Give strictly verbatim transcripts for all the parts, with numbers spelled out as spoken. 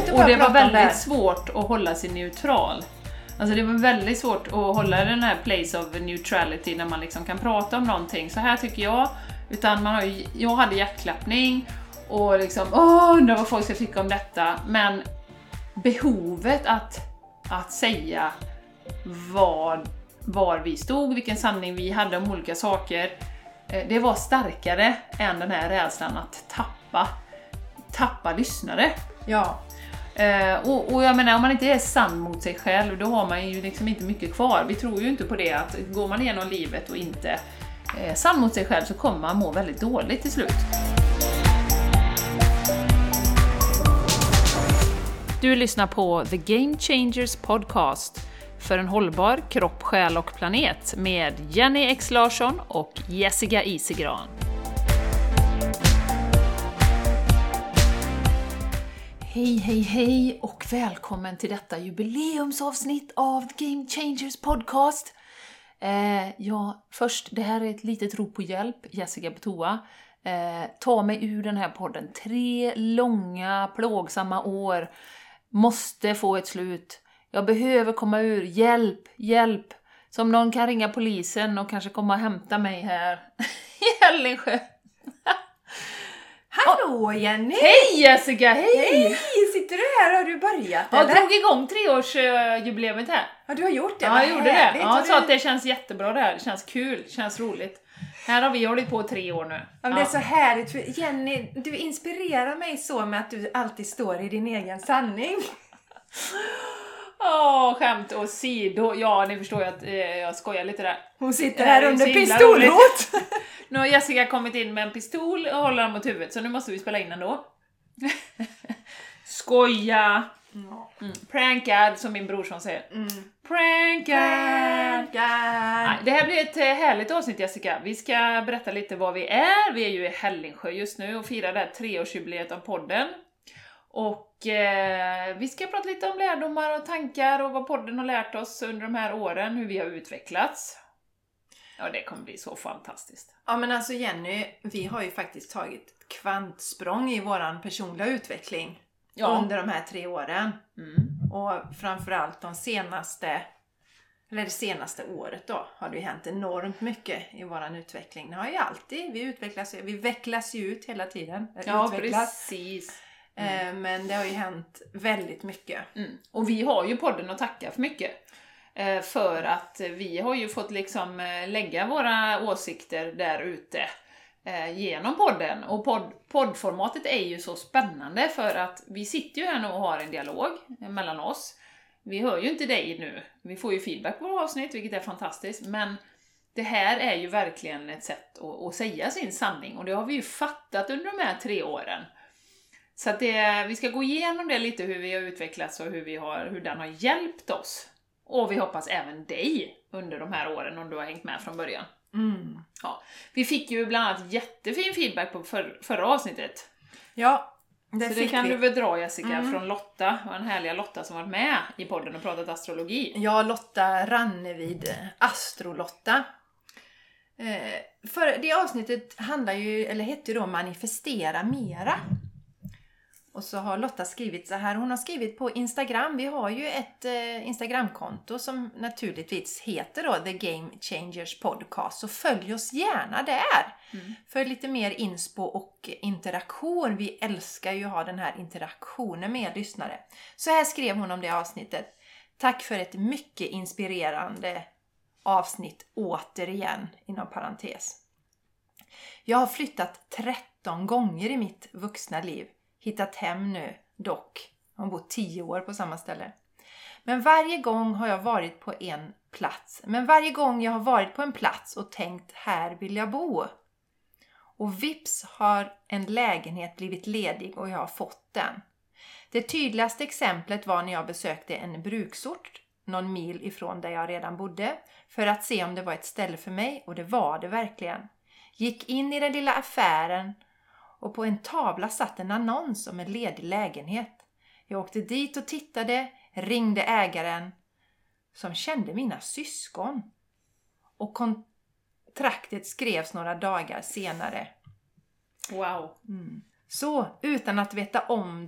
inte och, och det var väldigt det. svårt att hålla sig neutral. Alltså det var väldigt svårt att hålla den här place of neutrality när man liksom kan prata om någonting. Så här tycker jag. Utan man har ju, jag hade hjärtklappning och liksom, åh, undrar vad folk ska tycka om detta. Men behovet att, att säga vad, var vi stod, vilken sanning vi hade om olika saker, det var starkare än den här rädslan att tappa, tappa lyssnare. Ja. Uh, och, och jag menar, om man inte är sann mot sig själv, då har man ju liksom inte mycket kvar. Vi tror ju inte på det, att går man igenom livet och inte är uh, sann mot sig själv, så kommer man må väldigt dåligt till slut. Du lyssnar på The Game Changers Podcast för en hållbar kropp, själ och planet med Jenny X Larsson och Jessica Isigran. Hej, hej, hej och välkommen till detta jubileumsavsnitt av The Game Changers Podcast. Eh, ja, först, det här är ett litet rop på hjälp, Jessica på toa. Eh, ta mig ur den här podden. Tre långa, plågsamma år måste få ett slut. Jag behöver komma ur. Hjälp, hjälp. Som någon kan ringa polisen och kanske komma och hämta mig här i Hällingsjö. Hallå Jenny! Hej Jessica, hej! Hej! Sitter du här? Har du börjat? Jag eller? drog igång treårsjubileumet här. Ja, du har gjort det. Ja, Vad jag gjorde det. härligt. Ja, Har jag du... sa att det känns jättebra det här. Det känns kul, det känns roligt. Här har vi hållit på tre år nu. Ja, men det är så härligt. För Jenny, du inspirerar mig så med att du alltid står i din egen sanning. Åh, skämt och sido. Ja, ni förstår ju att eh, jag skojar lite där. Hon sitter här Eh, under så himla pistolhot. Nu har Jessica kommit in med en pistol och håller den mot huvudet, så nu måste vi spela in den då. Skoja. Mm. Prankad, som min brorson säger. Mm. Prankad. Prankad. Nej, det här blir ett härligt avsnitt, Jessica. Vi ska berätta lite vad vi är. Vi är ju i Hällingsjö just nu och firar det här treårsjubileet av podden. Och eh, vi ska prata lite om lärdomar och tankar och vad podden har lärt oss under de här åren, hur vi har utvecklats. Ja, det kommer bli så fantastiskt. Ja, men alltså Jenny, vi har ju faktiskt tagit ett kvantsprång i våran personliga utveckling Ja. under de här tre åren. Mm. Och framförallt de senaste, eller det senaste året då, har det ju hänt enormt mycket i våran utveckling. Det har ju alltid, vi utvecklas, vi vecklas ju ut hela tiden. Ja, utvecklas. precis. Mm. Men det har ju hänt väldigt mycket. Mm. Och vi har ju podden att tacka för mycket. För att vi har ju fått liksom lägga våra åsikter där ute genom podden. Och podd, poddformatet är ju så spännande för att vi sitter ju här nu och har en dialog mellan oss. Vi hör ju inte dig nu. Vi får ju feedback på våra avsnitt, vilket är fantastiskt. Men det här är ju verkligen ett sätt att, att säga sin sanning. Och det har vi ju fattat under de här tre åren. Så att det, vi ska gå igenom det lite, hur vi har utvecklats och hur, vi har, hur den har hjälpt oss. Och vi hoppas även dig under de här åren, om du har hängt med från början. Mm. Ja. Vi fick ju bland annat jättefin feedback på för, förra avsnittet. Ja, det Så fick det kan vi. du väl dra, Jessica, Mm. från Lotta, och en härliga Lotta som varit med i podden och pratat astrologi. Ja, Lotta Rannevid, Astrolotta. Eh, för det avsnittet handlar ju, eller heter ju då Manifestera Mera. Och så har Lotta skrivit så här. Hon har skrivit på Instagram. Vi har ju ett eh, Instagramkonto som naturligtvis heter då The Game Changers Podcast. Så följ oss gärna där. Mm. För lite mer inspo och interaktion. Vi älskar ju att ha den här interaktionen med lyssnare. Så här skrev hon om det avsnittet. Tack för ett mycket inspirerande avsnitt återigen, inom parentes. Jag har flyttat tretton gånger i mitt vuxna liv. Hittat hem nu, dock. Jag har bott tio år på samma ställe. Men varje gång har jag varit på en plats. Men varje gång jag har varit på en plats och tänkt, här vill jag bo. Och vips har en lägenhet blivit ledig och jag har fått den. Det tydligaste exemplet var när jag besökte en bruksort, någon mil ifrån där jag redan bodde, för att se om det var ett ställe för mig, och det var det verkligen. Gick in i den lilla affären och på en tavla satt en annons om en ledig lägenhet. Jag åkte dit och tittade, ringde ägaren som kände mina syskon. Och kontraktet skrevs några dagar senare. Wow. Mm. Så utan att veta om den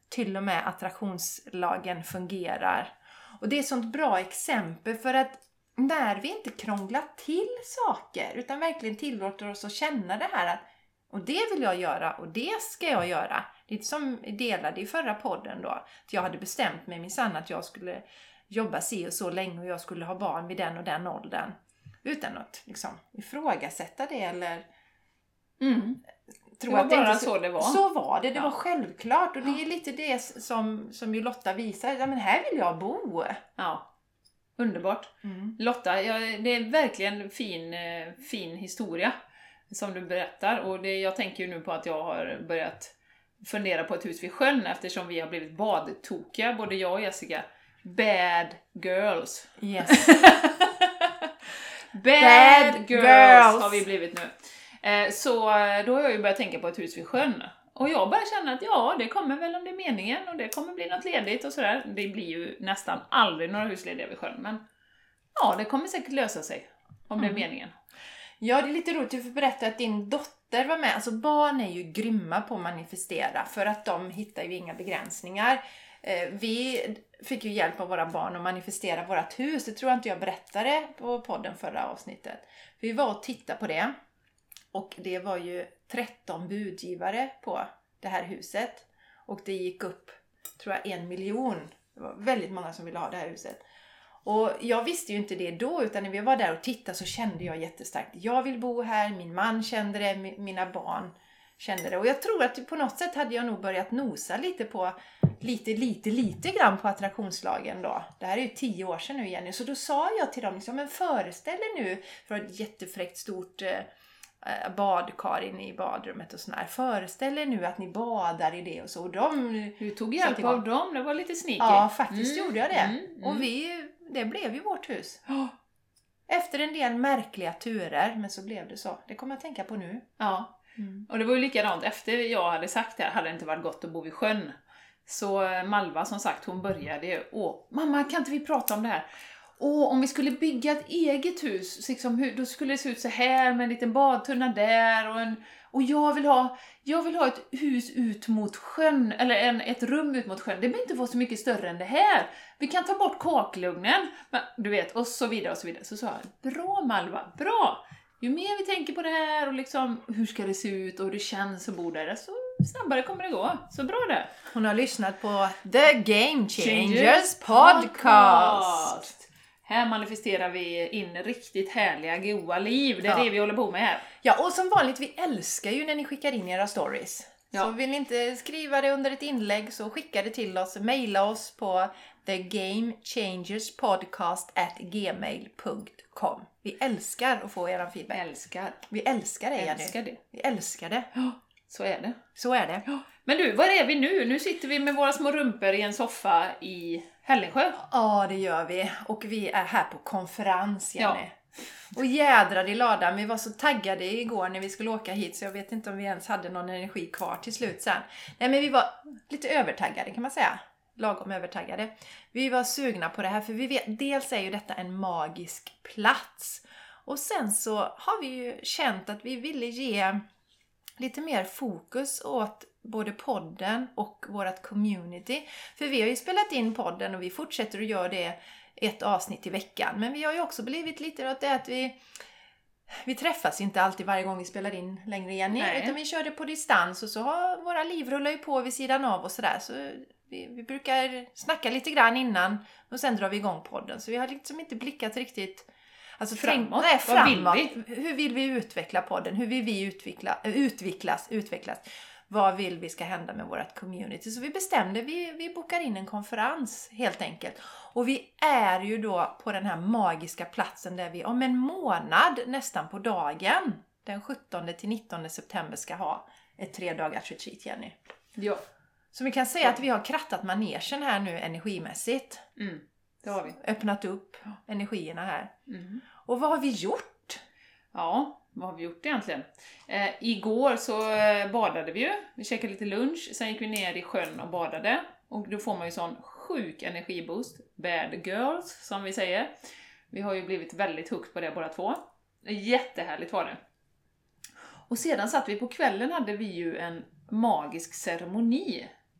till och med attraktionslagen fungerar. Och det är ett sånt bra exempel för att när vi inte krånglar till saker utan verkligen tillåter oss att känna det här att och det vill jag göra och det ska jag göra. Det är som delade i förra podden då. Att jag hade bestämt mig minsann att jag skulle jobba si och så länge och jag skulle ha barn vid den och den åldern. Utan att liksom ifrågasätta det eller Mm. tro det var att det bara inte så, så det var. Så var det, det Ja. var självklart. Och det är lite det som, som ju Lotta visar. Ja men här vill jag bo. Ja, underbart. Mm. Lotta, ja, det är verkligen fin, eh, fin historia som du berättar. Och det, jag tänker ju nu på att jag har börjat fundera på ett hus vid sjön eftersom vi har blivit badtokiga, både jag och Jessica. Bad girls. Yes. Bad, Bad girls, girls har vi blivit nu. Eh, så då har jag ju börjat tänka på ett hus vid sjön. Och jag börjar känna att ja, det kommer väl om det är meningen och det kommer bli något ledigt och sådär. Det blir ju nästan aldrig några huslediga vid sjön, men ja, det kommer säkert lösa sig om det är meningen. Ja, det är lite roligt att få berätta att din dotter var med. Alltså barn är ju grymma på att manifestera för att de hittar ju inga begränsningar. Eh, vi fick ju hjälp av våra barn att manifestera vårt hus. Det tror jag inte jag berättade på podden förra avsnittet. Vi var och tittade på det. Och det var ju tretton budgivare på det här huset. Och det gick upp, tror jag, en miljon. Det var väldigt många som ville ha det här huset. Och jag visste ju inte det då, utan när vi var där och tittade så kände jag jättestarkt. Jag vill bo här, min man kände det, mina barn kände det. Och jag tror att på något sätt hade jag nog börjat nosa lite på, lite, lite, lite grann på attraktionslagen då. Det här är ju tio år sedan nu igen. Så då sa jag till dem, liksom, men föreställ er nu för ett jättefräckt stort eh, badkar inne i badrummet och sådär. Föreställ er nu att ni badar i det och så. Och de, du tog hjälp av dem, det var lite sneaky. Ja, faktiskt mm, gjorde jag det. Mm, mm. Och vi, det blev ju vårt hus. Oh. Efter en del märkliga turer, men så blev det så. Det kommer jag tänka på nu. Ja, mm. Och det var ju likadant efter jag hade sagt det, hade det inte varit gott att bo vid sjön. Så Malva som sagt, hon började, åh, mamma kan inte vi prata om det här? Och om vi skulle bygga ett eget hus, liksom, då skulle det se ut så här med en liten badtunna där och en, och jag vill ha jag vill ha ett hus ut mot sjön, eller en, ett rum ut mot sjön. Det behöver inte vara så mycket större än det här. Vi kan ta bort kakelugnen, men, du vet, och så vidare och så vidare. Så sa jag, bra Malva, bra. Ju mer vi tänker på det här och liksom hur ska det se ut och hur det känns att bo där, så snabbare kommer det gå. Så bra det. Hon har lyssnat på The Game Changers podcast. Här manifesterar vi in riktigt härliga, goda liv. Det är ja. det vi håller på med här. Ja, och som vanligt, vi älskar ju när ni skickar in era stories. Ja. Så vill ni inte skriva det under ett inlägg så skicka det till oss. Maila oss på thegamechangerspodcast at gmail dot com. Vi älskar att få er feedback. Älskar. Vi älskar det, älskar det. Vi älskar det. Ja, så är det. Så är det. Ja. Men du, var är vi nu? Nu sitter vi med våra små rumpor i en soffa i Hällingsjö. Ja, det gör vi. Och vi är här på konferens, Jenny. Ja. Och jädrar i ladan. Vi var så taggade igår när vi skulle åka hit så jag vet inte om vi ens hade någon energi kvar till slut sen. Nej, men vi var lite övertaggade kan man säga. Lagom övertaggade. Vi var sugna på det här för vi vet, dels är ju detta en magisk plats. Och sen så har vi ju känt att vi ville ge lite mer fokus åt både podden och vårat community. För vi har ju spelat in podden och vi fortsätter att göra det ett avsnitt i veckan. Men vi har ju också blivit lite åt det att vi, vi träffas inte alltid varje gång vi spelar in längre igen. Nej. Utan vi kör det på distans och så har våra liv rullar ju på vid sidan av och sådär. Så vi, vi brukar snacka lite grann innan och sen drar vi igång podden. Så vi har liksom inte blickat riktigt alltså framåt. Nej, framåt. Vill vi? Hur vill vi utveckla podden? Hur vill vi utveckla, utvecklas, utvecklas? Vad vill vi ska hända med vårt community? Så vi bestämde, vi, vi bokar in en konferens helt enkelt. Och vi är ju då på den här magiska platsen där vi om en månad nästan på dagen, den sjuttonde till nittonde september ska ha ett tre dagars retreat, Jenny. Ja. Så vi kan säga ja. att vi har krattat manegen här nu energimässigt. Mm, det har vi. Öppnat upp energierna här. Mm. Och vad har vi gjort? Ja, vad har vi gjort egentligen? Eh, igår så eh, badade vi ju. Vi käkade lite lunch. Sen gick vi ner i sjön och badade. Och då får man ju sån sjuk energiboost. Bad girls, som vi säger. Vi har ju blivit väldigt hooked på det båda två. Jättehärligt var det. Och sedan satt vi på kvällen hade vi ju en magisk ceremoni.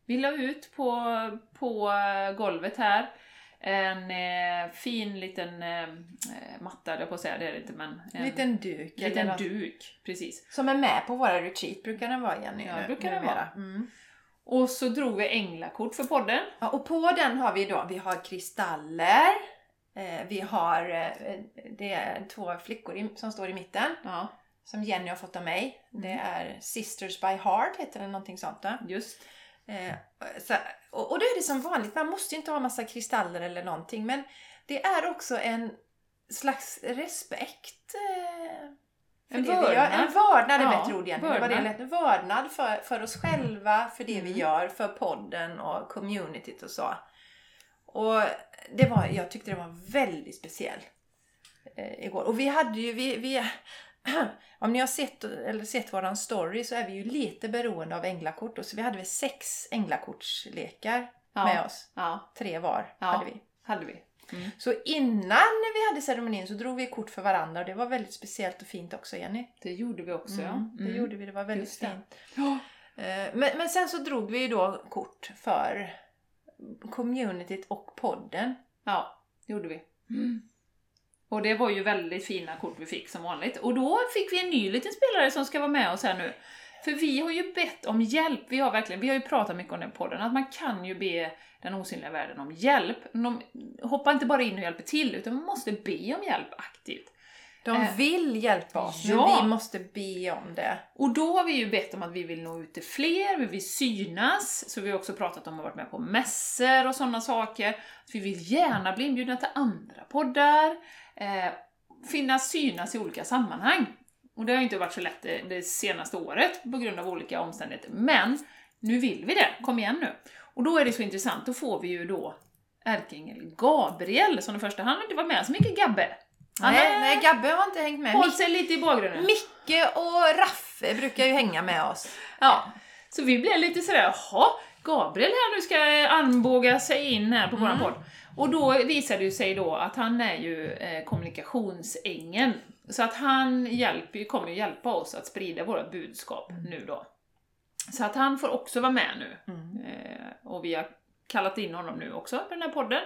Vi la ut på, på golvet här en eh, fin liten eh, matta, eller på att säga, det är det inte, men en liten duk. liten duk, precis. Som är med på våra retreat, brukar den vara, Jenny. Ja, brukar den vara. Mm. Och så drog vi änglakort för podden. Ja, och på den har vi då, vi har kristaller, eh, vi har, eh, det är två flickor i, som står i mitten. Ja. Som Jenny har fått av mig. Det är Sisters by Heart, heter det, någonting sånt då. Just. Eh, så, och, och då är det som vanligt, man måste inte ha massa kristaller eller någonting, men det är också en slags respekt. Eh, en vördnad. Gör, en vördnad är ja, bättre ord egentligen. Vördnad. Det var det, vördnad för, för oss själva, för det mm. vi gör, för podden och communityt och så. Och det var, jag tyckte det var väldigt speciellt eh, igår. Och vi hade ju, vi, vi om ni har sett, eller sett våran story, så är vi ju lite beroende av änglakort. Och så vi hade väl sex änglakortslekar ja. med oss. Ja. Tre var ja. hade vi. Hade vi. Mm. Så innan vi hade ceremonin så drog vi kort för varandra. Och det var väldigt speciellt och fint också, Jenny. Det gjorde vi också, mm. ja. Mm. Det gjorde vi, det var väldigt Just fint. Ja. Men, men sen så drog vi ju då kort för communityt och podden. Ja, det gjorde vi. Mm. Och det var ju väldigt fina kort vi fick som vanligt. Och då fick vi en ny liten spelare som ska vara med oss här nu. För vi har ju bett om hjälp. Vi har verkligen, vi har ju pratat mycket om den podden. Att man kan ju be den osynliga världen om hjälp. De hoppar inte bara in och hjälper till, utan man måste be om hjälp aktivt. De vill hjälpa oss, ja. men vi måste be om det. Och då har vi ju bett om att vi vill nå ut till fler, vi vill synas. Så vi har också pratat om att vara med på mässor och sådana saker. Så vi vill gärna bli inbjudna till andra poddar. Eh, finnas, synas i olika sammanhang. Och det har ju inte varit så lätt det, det senaste året på grund av olika omständigheter. Men nu vill vi det, kom igen nu. Och då är det så intressant, då får vi ju då ärkeängel Gabriel som den första. Han har inte varit med så mycket, Gabbe. Han nej, är... nej, Gabbe har inte hängt med. Håll sig lite i bakgrunden. Micke och Raffe brukar ju hänga med oss. Ja, så vi blev lite sådär, jaha, Gabriel här nu ska armbåga sig in här på mm. våran podd. Och då visade det sig då att han är ju eh, kommunikationsängeln. Så att han hjälper, kommer ju hjälpa oss att sprida våra budskap mm. nu då. Så att han får också vara med nu. Mm. Eh, och vi har kallat in honom nu också på den här podden.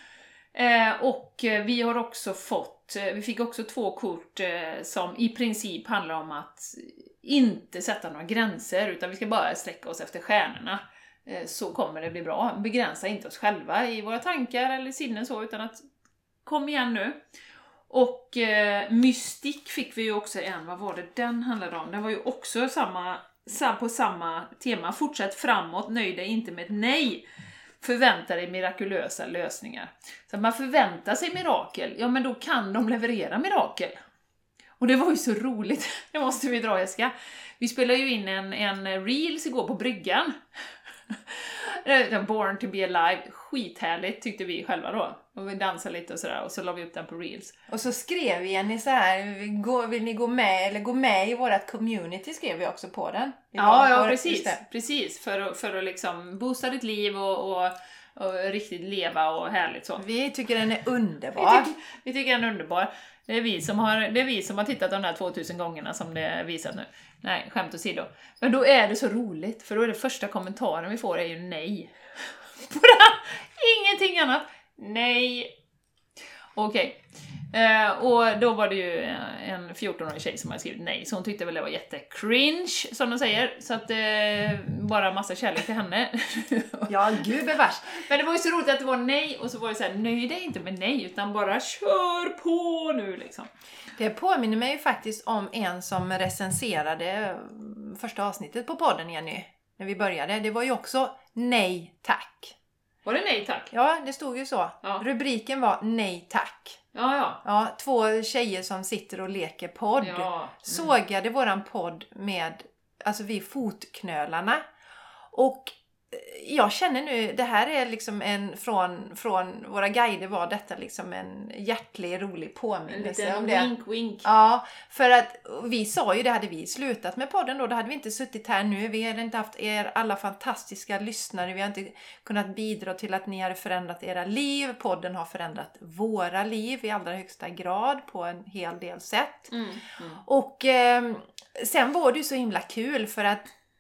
Eh, och vi har också fått, vi fick också två kort eh, som i princip handlar om att inte sätta några gränser, utan vi ska bara sträcka oss efter stjärnorna. Eh, så kommer det bli bra. Begränsa inte oss själva i våra tankar eller sinnen så, utan att kom igen nu. Och eh, mystik fick vi ju också en, vad var det den handlade om? Den var ju också samma, på samma tema, fortsätt framåt, nöj dig inte med ett nej. Förvänta dig mirakulösa lösningar. Så att man förväntar sig mirakel, ja men då kan de leverera mirakel. Och det var ju så roligt, det måste vi dra Jessica. Vi spelade ju in en, en reels igår på bryggan. Born to be alive, skithärligt tyckte vi själva då. Och vi dansade lite och sådär, och så la vi upp den på reels. Och så skrev vi Jenny så här, vill ni gå med eller gå med i vårat community, skrev vi också på den. Ja, ja precis, precis. För, att, för att liksom boosta ditt liv och, och, och riktigt leva och härligt så. Vi tycker den är underbar. Vi tycker, vi tycker den är underbar. Det är, vi som har, det är vi som har tittat de här tvåtusen gångerna som det är visat nu. Nej, skämt åsido. Men då är det så roligt, för då är det första kommentaren vi får är ju nej. Ingenting annat. Nej. Okej. Okay. Eh, och då var det ju en fjortonårig tjej som hade skrivit nej. Så hon tyckte väl det var jättecringe, som de säger. Så att eh, bara massa kärlek till henne. Ja, gud bevars. Men det var ju så roligt att det var nej. Och så var det så här, nöj dig inte med nej, utan bara kör på nu liksom. Det påminner mig ju faktiskt om en som recenserade första avsnittet på podden, Jenny. När vi började. Det var ju också nej tack. Var det nej tack? Ja, det stod ju så. Ja. Rubriken var nej tack. Ja, ja. Ja, två tjejer som sitter och leker podd. Ja. Mm. Sågade våran podd med, alltså vid fotknölarna. Och jag känner nu, det här är liksom en, från, från våra guider var detta liksom en hjärtlig, rolig påminnelse. En om liten det. wink, wink. Ja, för att vi sa ju det, hade vi slutat med podden då, då hade vi inte suttit här nu. Vi hade inte haft er alla fantastiska lyssnare. Vi har inte kunnat bidra till att ni hade förändrat era liv. Podden har förändrat våra liv i allra högsta grad på en hel del sätt. Mm, mm. Och eh, sen var det ju så himla kul för att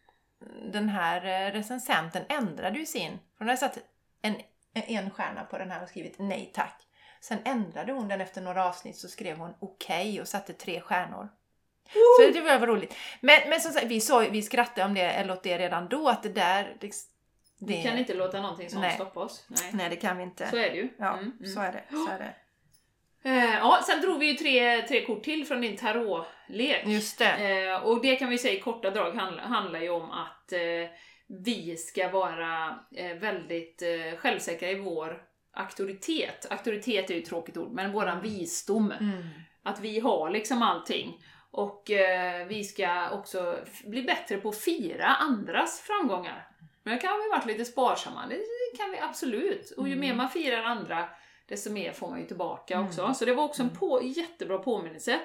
den här recensenten ändrade ju sin. Hon hade satt en, en stjärna på den här och skrivit nej tack. Sen ändrade hon den efter några avsnitt, så skrev hon okej okay och satte tre stjärnor. Så det var roligt. Men, men som sagt, vi, så, vi skrattade om det, eller åt det redan då, att det där... Det, vi kan inte låta någonting sånt stoppa oss. Nej. nej, det kan vi inte. Så är det ju. Ja, mm, mm. så är det. Så är det. Eh, ja, sen drog vi ju tre, tre kort till från din tarotlek. Just det. Eh, och det kan vi säga i korta drag handla, handlar ju om att eh, vi ska vara eh, väldigt eh, självsäkra i vår auktoritet. Auktoritet är ju ett tråkigt ord, men våran visdom. Mm. Att vi har liksom allting. Och eh, vi ska också f- bli bättre på att fira andras framgångar. Men det kan vi varit lite sparsamma. Det, det kan vi absolut. Och ju Mm. mer man firar andra, desto mer får man ju tillbaka Mm. också. Så det var också en på, jättebra påminnelse.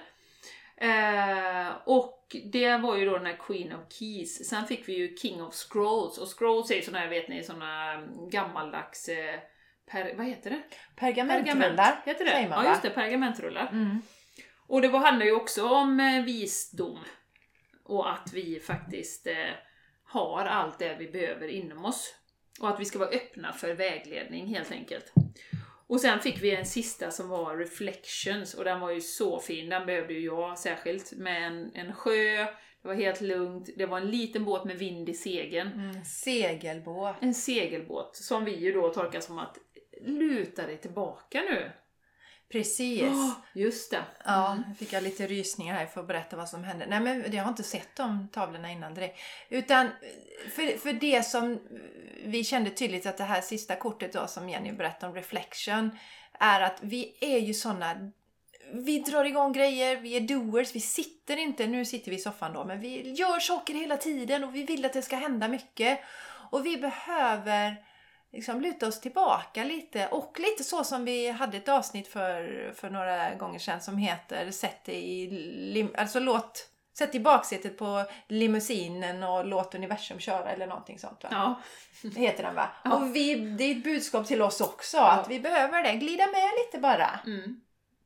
Eh, och det var ju då den här Queen of Keys. Sen fick vi ju King of Scrolls. Och Scrolls är ju såna här, vet ni, såna gammaldags... Eh, per, vad heter det? Pergamentrullar. Heter det? Säger man, ja, just va? det. Pergamentrullar. Mm. Och det var, handlar ju också om eh, visdom. Och att vi faktiskt eh, har allt det vi behöver inom oss. Och att vi ska vara öppna för vägledning helt enkelt. Och sen fick vi en sista som var Reflections. Och den var ju så fin. Den behövde ju jag särskilt. Med en, en sjö. Det var helt lugnt. Det var en liten båt med vind i segeln. Mm. Segelbåt. En segelbåt. Som vi ju då tolkar som att luta dig tillbaka nu. Precis. Oh, just det. Ja, Mm. jag fick jag lite rysningar här för att berätta vad som hände. Nej, men jag har inte sett de tavlorna innan direkt. Utan för, för det som vi kände tydligt att det här sista kortet då, som Jenny berättade om Reflection, är att vi är ju såna... Vi drar igång grejer, vi är doers, vi sitter inte, nu sitter vi i soffan då, men vi gör saker hela tiden och vi vill att det ska hända mycket. Och vi behöver liksom luta oss tillbaka lite, och lite så som vi hade ett avsnitt för, för några gånger sedan som heter Sätt i, lim, alltså låt, sätt i baksätet på limousinen och låt universum köra eller någonting sånt, va? Ja. Det heter den, va? Ja. Och vi, det är ett budskap till oss också, Ja. att vi behöver det, glida med lite bara. Mm.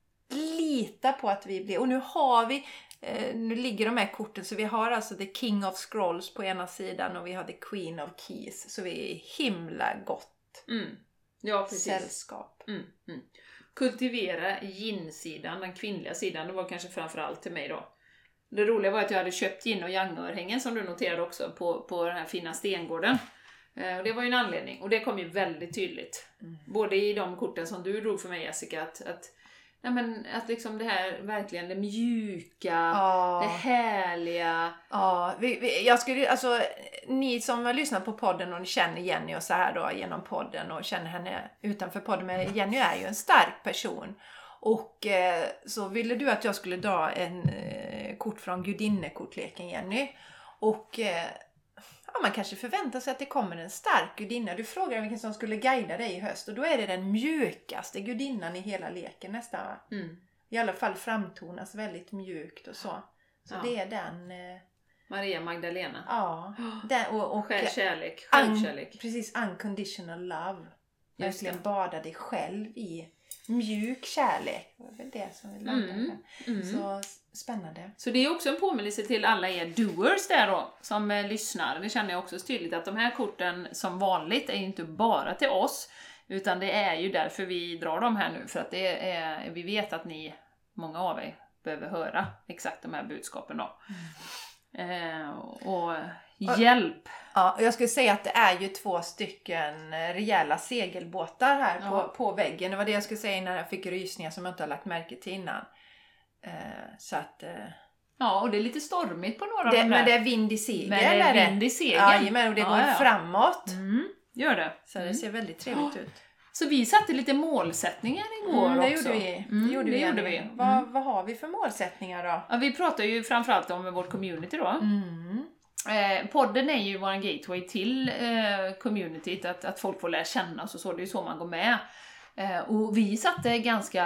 Lita på att vi blir, och nu har vi eh, nu ligger de här korten, så vi har alltså The King of Scrolls på ena sidan och vi har The Queen of Keys, så vi är himla gott Mm. Ja, precis. sällskap. Mm. Mm. Kultivera yin-sidan, den kvinnliga sidan, det var kanske framförallt till mig då. Det roliga var att jag hade köpt yin- och yang-örhängen, som du noterade också, på, på den här fina stengården. Eh, och det var ju en anledning, och det kom ju väldigt tydligt. Mm. Både i de korten som du drog för mig, Jessica, att, att, nej men, att liksom det här verkligen det mjuka, Ja. det härliga. Ja, vi, vi, jag skulle, alltså, ni som har lyssnat på podden och ni känner Jenny och så här då genom podden och känner henne utanför podden, men Jenny är ju en stark person. Och eh, så ville du att jag skulle dra en eh, kort från gudinnekortleken, Jenny. Och eh, ja, man kanske förväntar sig att det kommer en stark gudinna. Du frågar vilken som skulle guida dig i höst, och då är det den mjukaste gudinnan i hela leken nästan, va? Mm. I alla fall framtonas väldigt mjukt och så. Så Ja. det är den... Eh, Maria Magdalena. ja. Den, och, och, Själv, kärlek, un, självkärlek. precis, unconditional love. Just Verkligen det. bada dig själv i mjuk kärlek. Det är väl det som vi landar Mm. med. Mm. Så spännande. Så det är också en påminnelse till alla er doers där då, som eh, lyssnar. Det känner jag också så tydligt att de här korten som vanligt är ju inte bara till oss, utan det är ju därför vi drar dem här nu. För att det är, vi vet att ni, många av er, behöver höra exakt de här budskapen då. Mm. Eh, och hjälp! Ja, och jag skulle säga att det är ju två stycken rejäla segelbåtar här Ja. på, på väggen. Det var det jag skulle säga innan jag fick rysningar som jag inte har lagt märke till innan. Eh, så att... Eh, Ja, och det är lite stormigt på några det, av de där. men det är vind i segel. Men det är det? vind i segel. Ja, men och det Ja, går ja. framåt. Mm, gör det. Så det Mm. ser väldigt trevligt ut. Så vi satte lite målsättningar igår Mm, det också. gjorde vi. Mm, det gjorde det vi. gjorde Jenny. vi. Vad, Mm. vad har vi för målsättningar då? Ja, vi pratar ju framförallt om vårt community då. Mm. Eh, podden är ju vår gateway till eh, communityt, att, att folk får lära känna oss och så, det är så man går med. Eh, och vi satte ganska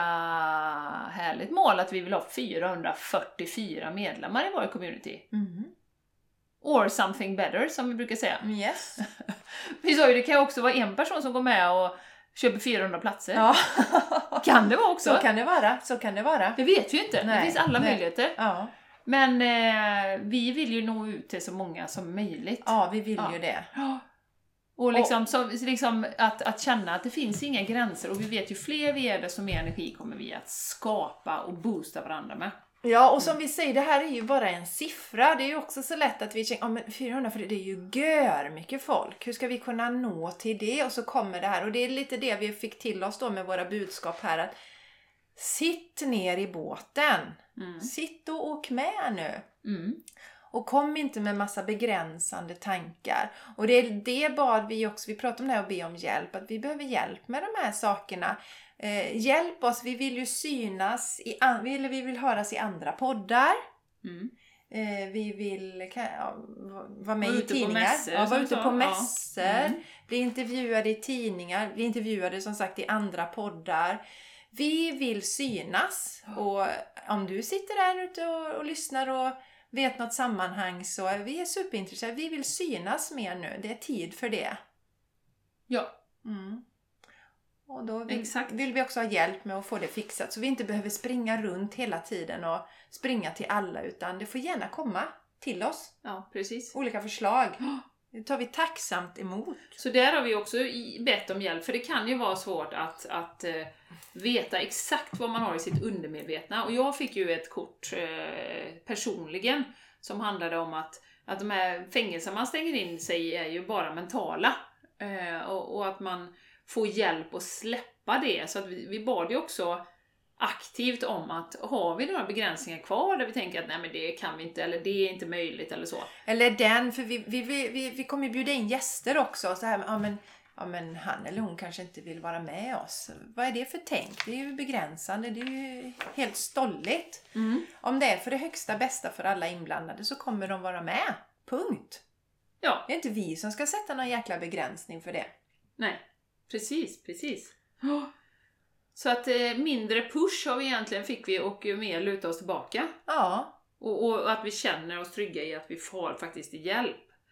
härligt mål att vi vill ha fyrahundrafyrtiofyra medlemmar i vår community. Mm. Or something better, som vi brukar säga. Yes. Vi sa ju, det kan ju också vara en person som går med och köper fyrahundra platser. Ja. Kan det vara också? Så kan det vara. Så kan det vara. Det vet vi ju inte. Nej, Det finns alla nej. möjligheter. Ja. Men eh, vi vill ju nå ut till så många som möjligt. Ja, vi vill Ja. ju det. Ja. Och liksom, så, liksom att, att känna att det finns inga gränser. Och vi vet ju fler vi är, desto mer energi kommer vi att skapa och boosta varandra med. Ja, och som mm. vi säger, det här är ju bara en siffra. Det är ju också så lätt att vi tänker, ja men fyrahundra, för det är ju gör mycket folk. Hur ska vi kunna nå till det? Och så kommer det här. Och det är lite det vi fick till oss då med våra budskap här. Att sitt ner i båten. Mm. Sitt och åk med nu. Mm. Och kom inte med massa begränsande tankar. Och det är det bad vi också, vi pratade om det här och be om hjälp. Att vi behöver hjälp med de här sakerna. Eh, hjälp oss, vi vill ju synas, i, eller vi vill höras i andra poddar. Mm. Eh, vi vill kan, ja, vara med i tidningar. Mässor, ja, vara ute på mässor. Ja. Mm. Bli intervjuade i tidningar. Bli intervjuade som sagt i andra poddar. Vi vill synas. Och om du sitter där ute och, och lyssnar och vet något sammanhang, så är vi superintresserade. Vi vill synas mer nu. Det är tid för det. Ja. Mm. Och då vill, vill vi också ha hjälp med att få det fixat. Så vi inte behöver springa runt hela tiden och springa till alla. Utan det får gärna komma till oss. Ja, precis. Olika förslag. Det tar vi tacksamt emot. Så där har vi också bett om hjälp. För det kan ju vara svårt att, att uh, veta exakt vad man har i sitt undermedvetna. Och jag fick ju ett kort uh, personligen som handlade om att, att de här fängelser man stänger in sig är ju bara mentala. Uh, och, och att man får hjälp att släppa det. Så att vi, vi bad ju också aktivt om att har vi några begränsningar kvar där vi tänker att nej men det kan vi inte, eller det är inte möjligt eller så. Eller den, för vi, vi, vi, vi, vi kommer ju bjuda in gäster också. Så här, ja, men, ja men han eller hon kanske inte vill vara med oss. Vad är det för tänk? Det är ju begränsande, det är ju helt stolligt. Mm. Om det är för det högsta bästa för alla inblandade så kommer de vara med. Punkt. Ja. Det är inte vi som ska sätta någon jäkla begränsning för det. Nej. Precis, precis. Oh. Så att eh, mindre push har vi egentligen fick vi och mer luta oss tillbaka. Ja. Och, och att vi känner oss trygga i att vi får faktiskt hjälp.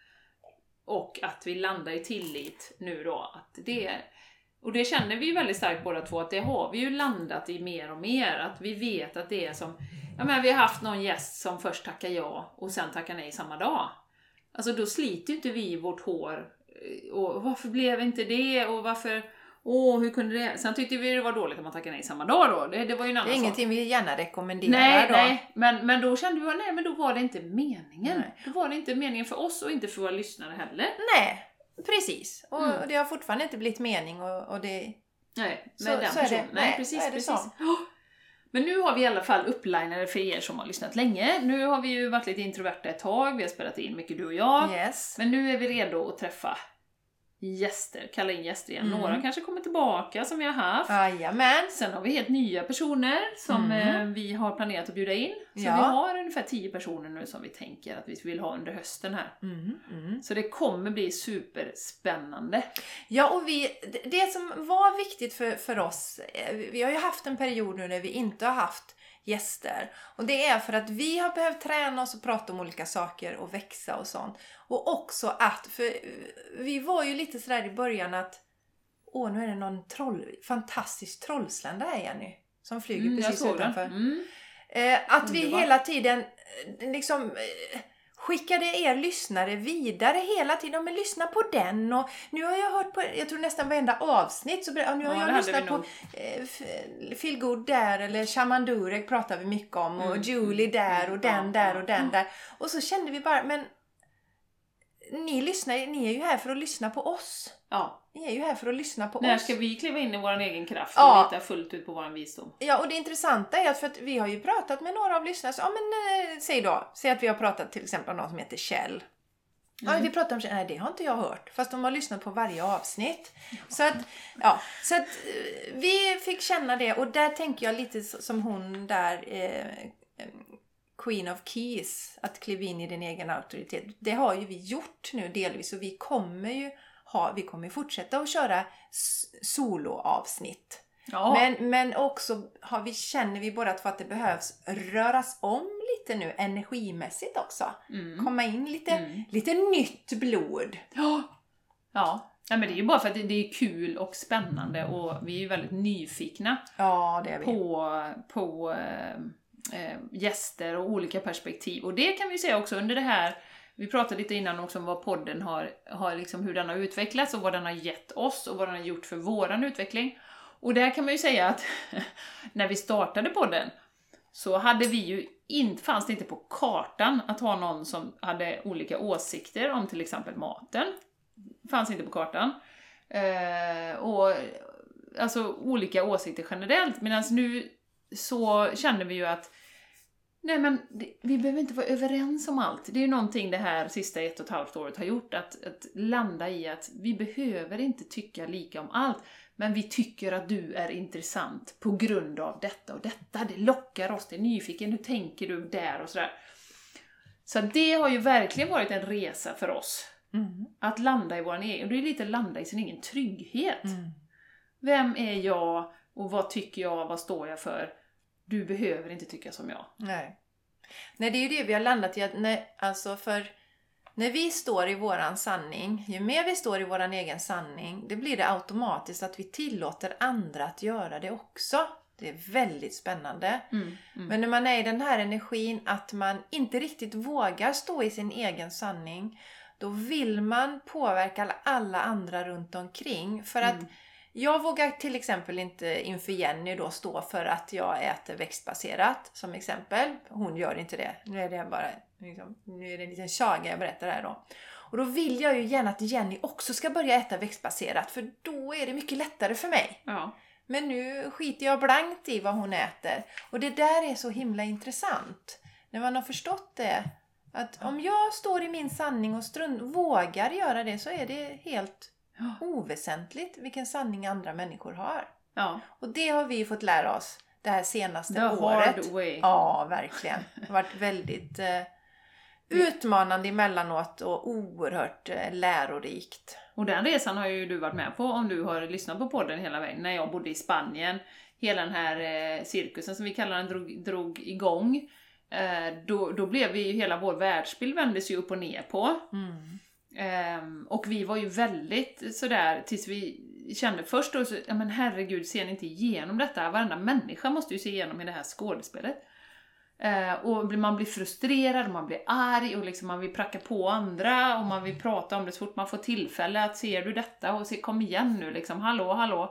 Och att vi landar i tillit nu då. Att det, och det känner vi ju väldigt starkt båda två, att det har vi ju landat i mer och mer. Att vi vet att det är som, ja men vi har haft någon gäst som först tackar ja och sen tackar nej samma dag. Alltså då sliter inte vi vårt hår. Och varför blev inte det? Och varför... Åh, hur kunde det? Sen tyckte vi det var dåligt att man tackade nej samma dag då. Det, det var ju en annan sak. Det är ingenting vi gärna rekommenderar nej, då. Nej, men, men då kände vi att nej, men då var det inte meningen. Nej. Då var det inte meningen för oss och inte för våra lyssnare heller. Nej, precis. Och, mm. och det har fortfarande inte blivit mening och, och det... Nej, så, med den så är det. Nej, nej, precis, är det precis. Så. Men nu har vi i alla fall upplinade för er som har lyssnat länge. Nu har vi ju varit lite introverta ett tag. Vi har spelat in mycket du och jag. Yes. Men nu är vi redo att träffa gäster, kalla in gäster igen. Mm. Några kanske kommer tillbaka som vi har haft. Jajamän. Sen har vi helt nya personer som mm. eh, vi har planerat att bjuda in. Så ja. Vi har ungefär tio personer nu som vi tänker att vi vill ha under hösten här. Mm. Mm. Så det kommer bli superspännande. Ja, och vi, det som var viktigt för, för oss, vi har ju haft en period nu när vi inte har haft gäster. Och det är för att vi har behövt träna oss och prata om olika saker och växa och sånt. Och också att, för vi var ju lite sådär i början att åh, nu är det någon troll, fantastisk trollslända här, Jenny, som flyger mm, precis utanför. Mm. Eh, att vi Underbar. hela tiden liksom eh, skickade er lyssnare vidare hela tiden. Men lyssna på den. Och nu har jag hört på, jag tror nästan varenda avsnitt. Så, ja, nu har ja, jag lyssnat på eh, Feel Good där. Eller Shaman Durek pratar vi mycket om. Och mm. Julie där och den ja, där och den ja. där. Och så kände vi bara, men ni lyssnar, ni är ju här för att lyssna på oss. Ja. Ni är ju här för att lyssna på När oss. När ska vi kliva in i vår egen kraft ja. och lita fullt ut på vår visdom? Ja, och det intressanta är att, för att vi har ju pratat med några av lyssnarna. Så, ja, men äh, säg då. Säg att vi har pratat till exempel om någon som heter Kjell. Mm. Ja, vi pratar om Kjell. Nej, det har inte jag hört. Fast de har lyssnat på varje avsnitt. Ja. Så att, ja. Så att vi fick känna det. Och där tänker jag lite som hon där... Eh, Queen of Keys, att kliva in i din egen auktoritet. Det har ju vi gjort nu delvis, och vi kommer ju ha, vi kommer fortsätta att köra soloavsnitt. Ja. Men, men också har vi, känner vi båda att det behövs röras om lite nu energimässigt också. Mm. Komma in lite, mm. lite nytt blod. Ja. Ja. Ja, men det är ju bara för att det är kul och spännande, och vi är ju väldigt nyfikna ja, det är vi. på, på eh, gäster och olika perspektiv. Och det kan vi säga också under det här, vi pratade lite innan också om vad podden har, har liksom hur den har utvecklats och vad den har gett oss och vad den har gjort för våran utveckling. Och där kan man ju säga att när vi startade podden så hade vi ju inte, fanns det inte på kartan att ha någon som hade olika åsikter om till exempel maten. Fanns inte på kartan. Eh, och alltså olika åsikter generellt. Medan nu så känner vi ju att nej men det, vi behöver inte vara överens om allt. Det är ju någonting det här sista ett och ett halvt året har gjort. Att, att landa i att vi behöver inte tycka lika om allt. Men vi tycker att du är intressant på grund av detta och detta. Det lockar oss, det är nyfiken. Hur tänker du där och sådär. Så det har ju verkligen varit en resa för oss. Mm. Att landa i vår egen. Och det är lite landa i sin egen trygghet. Mm. Vem är jag och vad tycker jag, vad står jag för? Du behöver inte tycka som jag. Nej. Nej, det är ju det vi har landat i. Att när, alltså för när vi står i våran sanning, ju mer vi står i våran egen sanning, det blir det automatiskt att vi tillåter andra att göra det också. Det är väldigt spännande. Mm, mm. Men när man är i den här energin att man inte riktigt vågar stå i sin egen sanning, då vill man påverka alla andra runt omkring. För att mm. jag vågar till exempel inte inför Jenny då stå för att jag äter växtbaserat som exempel. Hon gör inte det. Nu är det bara liksom, nu är det en liten tjaga jag berättar här då. Och då vill jag ju gärna att Jenny också ska börja äta växtbaserat. För då är det mycket lättare för mig. Ja. Men nu skiter jag blankt i vad hon äter. Och det där är så himla intressant. När man har förstått det. Att om jag står i min sanning och strunt, vågar göra det, så är det helt oväsentligt vilken sanning andra människor har. Ja. Och det har vi fått lära oss det här senaste The året. Hard way. Ja, verkligen. Det har varit väldigt eh, utmanande emellanåt och oerhört eh, lärorikt. Och den resan har ju du varit med på om du har lyssnat på podden hela vägen. När jag bodde i Spanien, hela den här eh, cirkusen som vi kallar den drog, drog igång. Eh, då, då blev vi ju, hela vår världsbild vändes ju upp och ner på. Mm. Um, och vi var ju väldigt sådär tills vi kände först då så, ja men herregud, ser ni inte igenom detta? Varenda människa måste ju se igenom i det här skådespelet. Uh, och man blir frustrerad, man blir arg och liksom man vill pracka på andra och man vill prata om det så fort man får tillfälle att ser du detta och se, kom igen nu liksom, hallå, hallå.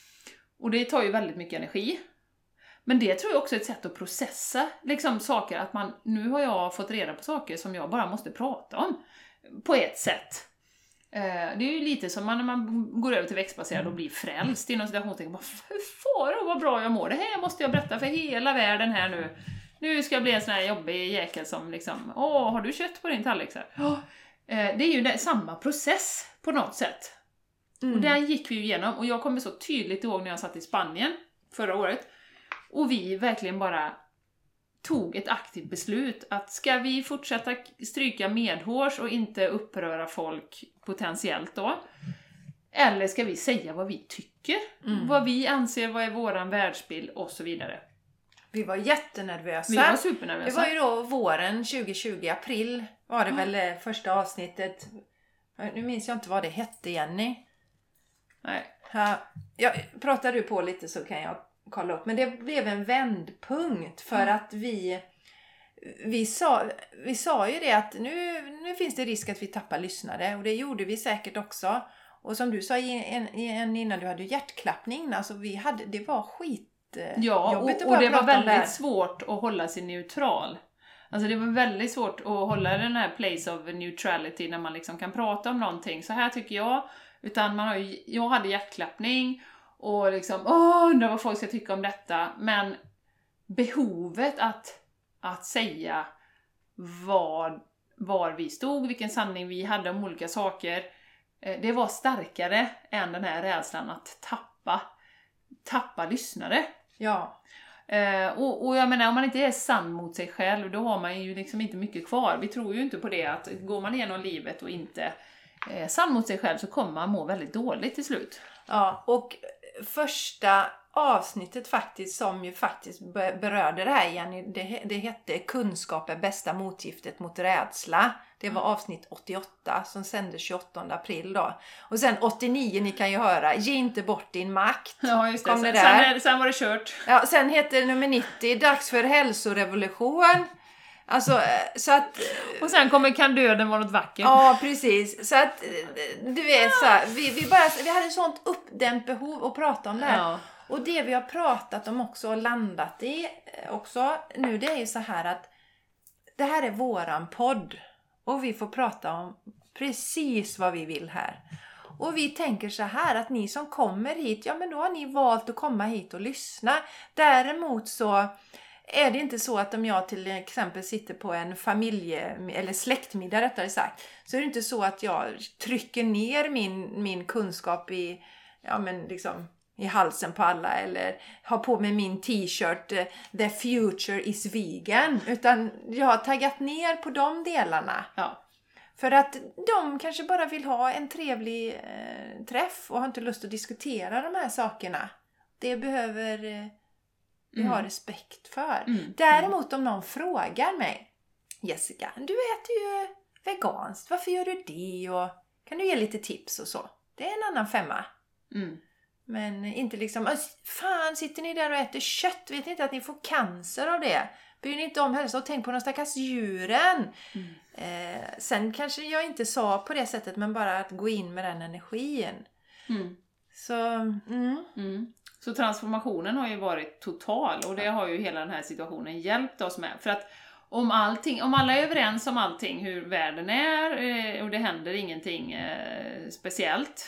Och det tar ju väldigt mycket energi. Men det tror jag också är ett sätt att processa liksom saker, att man, nu har jag fått reda på saker som jag bara måste prata om. På ett sätt. Eh, det är ju lite som man, när man går över till växtbaserad och blir frälst inom situationstecken. Hur far vad bra jag mår. Det här måste jag berätta för hela världen här nu. Nu ska jag bli en sån här jobbig jäkel som liksom, åh, har du kött på din tallrik? Så här. Eh, det är ju det, samma process på något sätt. Mm. Och den gick vi ju igenom. Och jag kommer så tydligt ihåg när jag satt i Spanien förra året. Och vi verkligen bara tog ett aktivt beslut att ska vi fortsätta stryka medhårs och inte uppröra folk potentiellt då? Eller ska vi säga vad vi tycker? Mm. Vad vi anser, vad är våran världsbild och så vidare. Vi var jättenervösa. Vi var supernervösa. Det var ju då våren tjugo tjugo, april var det mm. väl första avsnittet. Nu minns jag inte vad det hette, Jenny. Nej. Ja, pratar du på lite så kan jag kolla upp. Men det blev en vändpunkt för mm. att vi vi sa, vi sa ju det att nu, nu finns det risk att vi tappar lyssnare. Och det gjorde vi säkert också. Och som du sa i en, i en innan du hade hjärtklappning. Alltså vi hade, det var skit ja, och, och det var väldigt svårt att hålla sig neutral. Alltså det var väldigt svårt att hålla den här place of neutrality när man liksom kan prata om någonting. Så här tycker jag. Utan man har ju, jag hade hjärtklappning och liksom, åh, undrar vad folk ska tycka om detta. Men behovet att, att säga vad, var vi stod, vilken sanning vi hade om olika saker. Det var starkare än den här rädslan att tappa, tappa lyssnare. Ja. Eh, och, och jag menar, om man inte är sann mot sig själv, då har man ju liksom inte mycket kvar. Vi tror ju inte på det, att går man igenom livet och inte är sann mot sig själv så kommer man må väldigt dåligt till slut. Ja, och första avsnittet faktiskt som ju faktiskt berörde det här igen. Det, det hette Kunskap är bästa motgiftet mot rädsla. Det var avsnitt åttioåtta som sändes tjugoåttonde april då. Och sen åttionio, ni kan ju höra, ge inte bort din makt. Ja, just det. Kom Sen, det sen, där. är- sen var det kört. Ja, sen heter nummer nittio, dags för hälsorevolution. Alltså, så att... Och sen kommer kan döden vara något vackert. Ja, precis. Så att, du vet, så här, vi, vi, bara, vi hade ett sånt uppdämt behov att prata om det här. Ja. Och det vi har pratat om också och landat i också nu, det är ju så här att det här är våran podd. Och vi får prata om precis vad vi vill här. Och vi tänker så här att ni som kommer hit, ja men då har ni valt att komma hit och lyssna. Däremot så är det inte så att om jag till exempel sitter på en familje- eller släktmiddag rättare sagt, så är det inte så att jag trycker ner min, min kunskap i, ja men liksom, i halsen på alla eller har på mig min t-shirt The future is vegan, utan jag har taggat ner på de delarna. Ja. För att de kanske bara vill ha en trevlig eh, träff och har inte lust att diskutera de här sakerna. Det behöver eh, vi Mm. ha respekt för. Mm. Däremot om någon frågar mig, Jessica, du äter ju veganskt, varför gör du det? Och kan du ge lite tips och så? Det är en annan femma. Mm. Men inte liksom, fan sitter ni där och äter kött? Vet ni inte att ni får cancer av det? Bryr ni inte om hälsa och tänk på de stackars djuren. Mm. Eh, sen kanske jag inte sa på det sättet, men bara att gå in med den energin. Mm. Så, mm. Mm. Så transformationen har ju varit total och det har ju hela den här situationen hjälpt oss med. För att om allting, om alla är överens om allting, hur världen är eh, och det händer ingenting eh, speciellt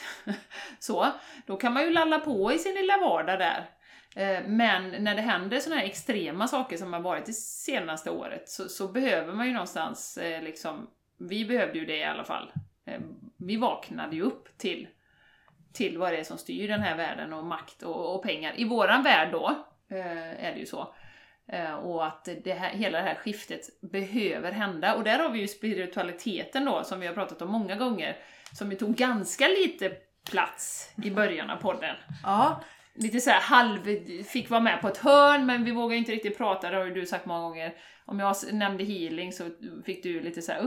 så, då kan man ju lalla på i sin lilla vardag där. Eh, men när det händer såna här extrema saker som har varit det senaste året så, så behöver man ju någonstans eh, liksom, vi behövde ju det i alla fall. Eh, vi vaknade ju upp till till vad det är som styr den här världen och makt och, och pengar. I våran värld då eh, är det ju så. Eh, och att det här, hela det här skiftet behöver hända. Och där har vi ju spiritualiteten då, som vi har pratat om många gånger, som ju tog ganska lite plats i början av podden. Ja. Lite så här halv, fick vara med på ett hörn, men vi vågar inte riktigt prata, det har ju du sagt många gånger. Om jag nämnde healing så fick du lite så här,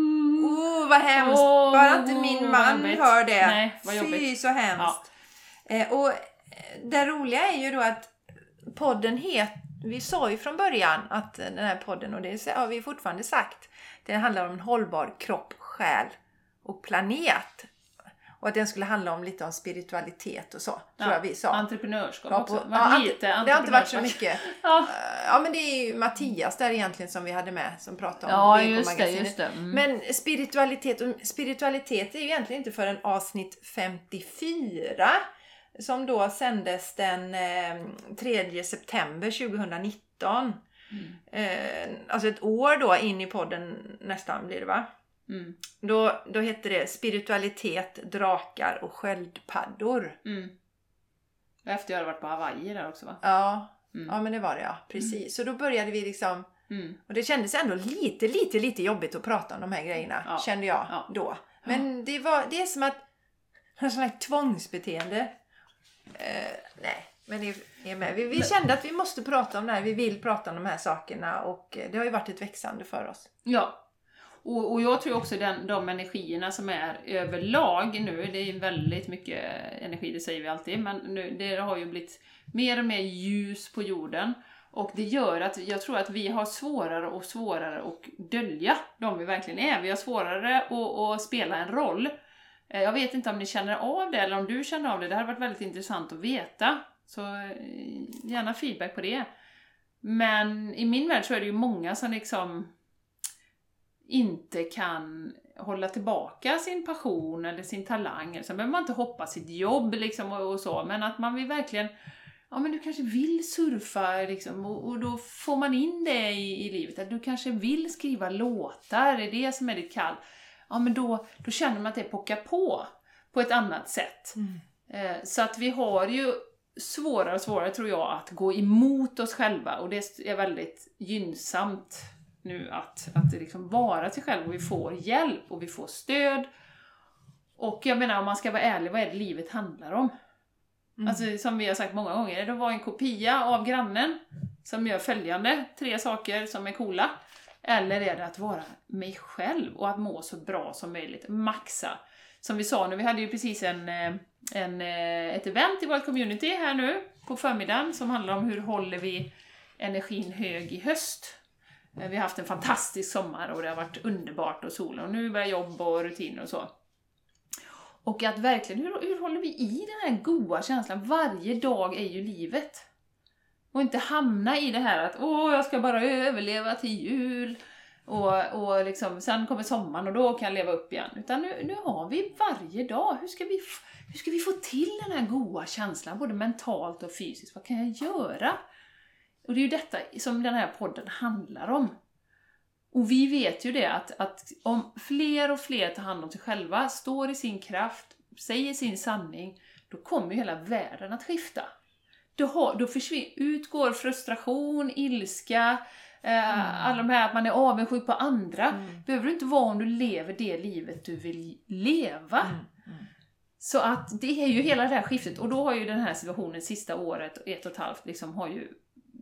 Oh, vad hemskt. Åh, Bara inte min man jobbigt. hör det. Nej, vad Fy, jobbigt. så hemskt. Ja. Eh, och det roliga är ju då att podden het, vi sa ju från början att den här podden, och det har vi fortfarande sagt, det handlar om en hållbar kropp, själ och planet. Och att den skulle handla om lite om spiritualitet och så, tror Ja, jag vi sa. entreprenörskap Ja, också. på- Men ja, lite det har inte varit så entreprenörskap. mycket. Ja, Eh, Ja, men det är ju Mattias där egentligen som vi hade med som pratade om ja V just det, K-magasinet. just det. Mm. Men spiritualitet, och spiritualitet är ju egentligen inte förrän avsnitt femtiofyra som då sändes den eh, tredje september tjugonitton. Mm. Eh, alltså ett år då in i podden nästan blir det, va? Mm. Då, då hette det spiritualitet, drakar och sköldpaddor. Mm. Efter jag hade varit på Hawaii där också, va? Ja, Mm. ja men det var det, ja. Precis. Så då började vi liksom... Mm. Och det kändes ändå lite, lite, lite jobbigt att prata om de här grejerna, Ja. kände jag Ja. då. Men det, var, det är som att en sån här tvångsbeteende. Eh, nej, men det är med. Vi, vi kände att vi måste prata om det här. Vi vill prata om de här sakerna och det har ju varit ett växande för oss. Ja. Och, och jag tror också den, de energierna som är överlag nu, det är väldigt mycket energi, det säger vi alltid, men nu, det har ju blivit mer och mer ljus på jorden. Och det gör att jag tror att vi har svårare och svårare att dölja de vi verkligen är. Vi har svårare att, att spela en roll. Eh, Jag vet inte om ni känner av det eller om du känner av det. Det hade varit väldigt intressant att veta. Så eh, gärna feedback på det. Men i min värld så är det ju många som liksom inte kan hålla tillbaka sin passion eller sin talang. Sen behöver man inte hoppa sitt jobb liksom och, och så. Men att man vill verkligen... Ja, men du kanske vill surfa liksom, och, och då får man in det i, i livet. Att du kanske vill skriva låtar, är det som är ditt kall. Ja, men då, då känner man att det pockar på på ett annat sätt. Mm. Eh, så att vi har ju svårare och svårare, tror jag, att gå emot oss själva. Och det är väldigt gynnsamt nu att, att det liksom vara sig själv och vi får hjälp och vi får stöd. Och jag menar, om man ska vara ärlig, vad är det livet handlar om? Mm. Alltså som vi har sagt många gånger, det var en kopia av grannen som gör följande tre saker som är coola. Eller är det att vara mig själv och att må så bra som möjligt, maxa. Som vi sa nu, vi hade ju precis en, en, ett event i vårt community här nu på förmiddagen som handlar om hur håller vi energin hög i höst. Vi har haft en fantastisk sommar och det har varit underbart och sol och nu börjar jobb och rutiner och så. Och att verkligen, hur, hur håller vi i den här goda känslan? Varje dag är ju livet. Och inte hamna i det här att åh, jag ska bara överleva till jul. Och, och liksom, sen kommer sommaren och då kan jag leva upp igen. Utan nu, nu har vi varje dag. Hur ska vi, hur ska vi få till den här goda känslan? Både mentalt och fysiskt. Vad kan jag göra? Och det är ju detta som den här podden handlar om. Och vi vet ju det att, att om fler och fler tar hand om sig själva, står i sin kraft, säger sin sanning, då kommer ju hela världen att skifta. Då, har, då försvinner, utgår frustration, ilska, eh, mm. alla de här att man är avundsjuk på andra. Mm. Behöver du inte vara om du lever det livet du vill leva. Mm. Mm. Så att det är ju hela det här skiftet. Och då har ju den här situationen sista året, ett och ett halvt, liksom har ju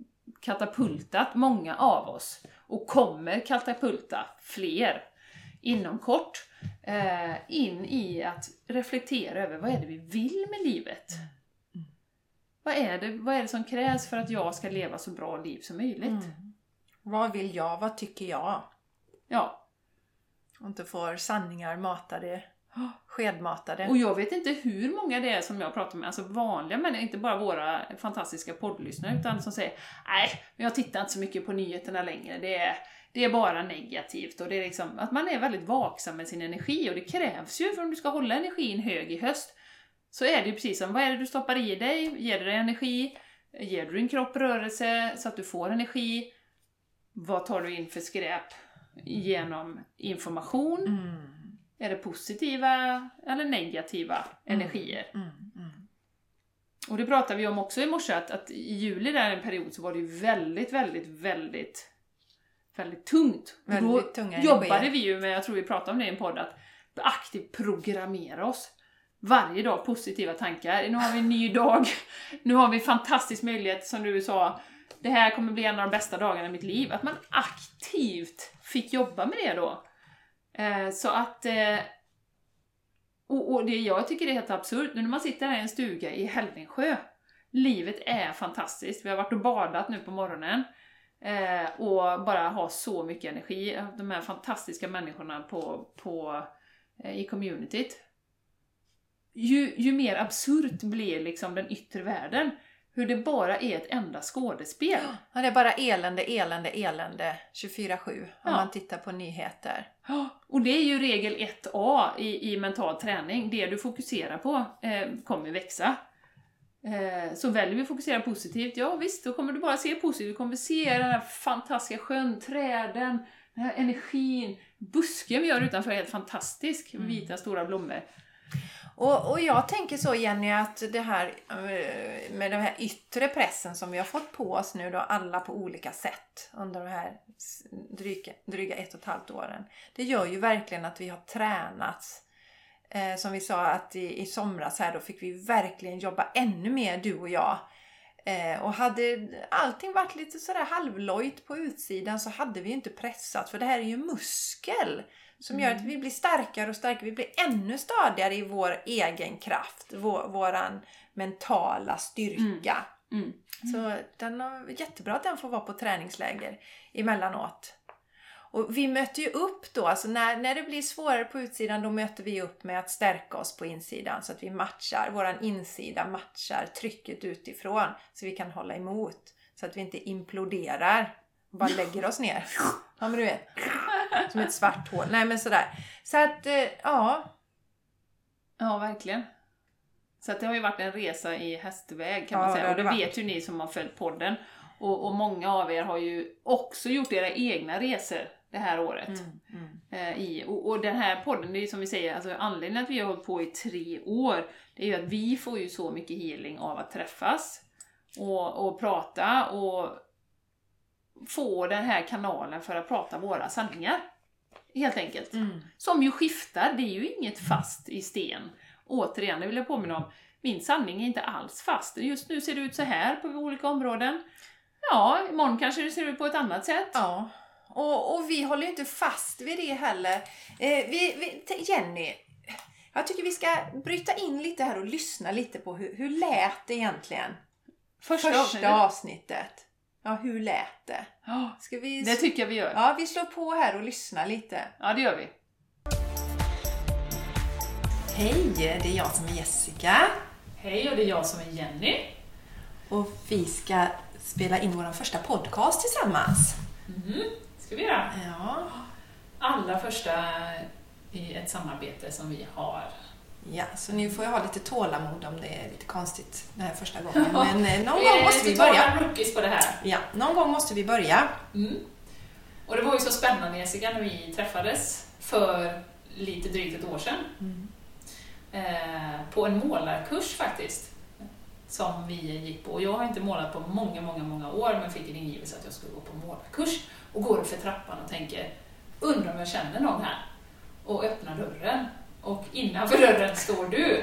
katapultat många av oss. Och kommer katapulta fler inom kort eh, in i att reflektera över vad är det vi vill med livet. Mm. Vad är det, vad är det som krävs för att jag ska leva så bra liv som möjligt? Mm. Vad vill jag? Vad tycker jag? Ja. Och inte får sanningar matade, skedmatade. Och jag vet inte hur många det är som jag pratar med, alltså vanliga människor, inte bara våra fantastiska poddlyssnare, utan som säger, nej, men jag tittar inte så mycket på nyheterna längre, det är, det är bara negativt. Och det är liksom, att man är väldigt vaksam med sin energi, och det krävs ju för om du ska hålla energin hög i höst. Så är det ju precis som, vad är det du stoppar i dig? Ger du dig energi? Ger du din kropp rörelse så att du får energi? Vad tar du in för skräp genom information? Mm. Är det positiva eller negativa mm. energier? Mm. Mm. Och det pratade vi om också i morse, att, att i juli där en period så var det ju väldigt, väldigt, väldigt, väldigt tungt. Väldigt och då tunga jobbade energier. Vi ju med, jag tror vi pratade om det i en podd, att aktivt programmera oss. Varje dag positiva tankar. Nu har vi en ny dag. Nu har vi en fantastisk möjlighet, som du sa. Det här kommer bli en av de bästa dagarna i mitt liv. Att man aktivt fick jobba med det då. Eh, så att... Eh, och, och det jag tycker det är helt absurt. Nu när man sitter här i en stuga i Hällingsjö. Livet är fantastiskt. Vi har varit och badat nu på morgonen. Eh, och bara har så mycket energi. De här fantastiska människorna på, på, eh, i communityt. Ju, ju mer absurt blir liksom den yttre världen. Hur det bara är ett enda skådespel. Ja, det är bara elände, elände, elände tjugofyra sju om ja. man tittar på nyheter. Ja, och det är ju regel ett A i, i mental träning. Det du fokuserar på eh, kommer växa. Eh, så väljer vi att fokusera positivt, ja visst, då kommer du bara se positivt. Du kommer se den här fantastiska sjön, träden, den här energin. Busken vi gör utanför är helt fantastisk. Mm. Vita stora blommor. Och, och jag tänker så, Jenny, att det här med den här yttre pressen som vi har fått på oss nu då, alla på olika sätt under de här dryga, dryga ett och ett halvt åren. Det gör ju verkligen att vi har tränats. Eh, som vi sa att i, i somras här då fick vi verkligen jobba ännu mer, du och jag. Eh, och hade allting varit lite sådär halvlojt på utsidan så hade vi inte pressat. För det här är ju muskel. Som gör att vi blir starkare och starkare. Vi blir ännu stadigare i vår egen kraft. Vår, våran mentala styrka. Mm. Mm. Så den är jättebra att den får vara på träningsläger emellanåt. Och vi möter ju upp då. Alltså när, när det blir svårare på utsidan, då möter vi upp med att stärka oss på insidan. Så att vi matchar, våran insida matchar trycket utifrån. Så vi kan hålla emot. Så att vi inte imploderar. Och bara lägger oss ner. Ja, men du vet. Som ett svart hål. Nej, men sådär. Så att, eh, ja. Ja, verkligen. Så att det har ju varit en resa i hästväg kan man ja, säga. Och det varit. vet ju ni som har följt podden. Och, och många av er har ju också gjort era egna resor det här året. Mm, mm. Eh, i, och, och den här podden, det är som vi säger, alltså anledningen att vi har hållit på i tre år, det är ju att vi får ju så mycket healing av att träffas. Och, och prata och få den här kanalen för att prata våra sanningar. Helt enkelt. Mm. Som ju skiftar, det är ju inget fast i sten. Återigen, det vill jag påminna om. min sanning är inte alls fast. Just nu ser det ut så här på olika områden. Ja, imorgon kanske det ser ut på ett annat sätt. Ja, och, och vi håller ju inte fast vid det heller. Eh, vi, vi, Jenny, jag tycker vi ska bryta in lite här och lyssna lite på hur, hur lät det egentligen? Första, Första avsnittet. avsnittet. Ja, hur lät det? Ja, Ska vi... det tycker jag vi gör. Ja, vi slår på här och lyssnar lite. Ja, det gör vi. Hej, det är jag som är Jessica. Hej, och det är jag som är Jenny. Och vi ska spela in vår första podcast tillsammans. Mm, ska vi göra? Ja. Allra första i ett samarbete som vi har. Ja, så nu får jag ha lite tålamod om det är lite konstigt den här första gången. Men eh, någon gång måste vi Vi tar börja. en rookies på det här. Ja, någon gång måste vi börja. Mm. Och det var ju så spännande, Jessica, när vi träffades för lite drygt ett år sedan. Mm. Eh, på en målarkurs faktiskt. Som vi gick på. Jag har inte målat på många, många, många år, men fick en ingivelse att jag skulle gå på målarkurs. Och går för trappan och tänker, undrar om jag känner någon här. Och öppnar dörren. Och innanför dörren står du.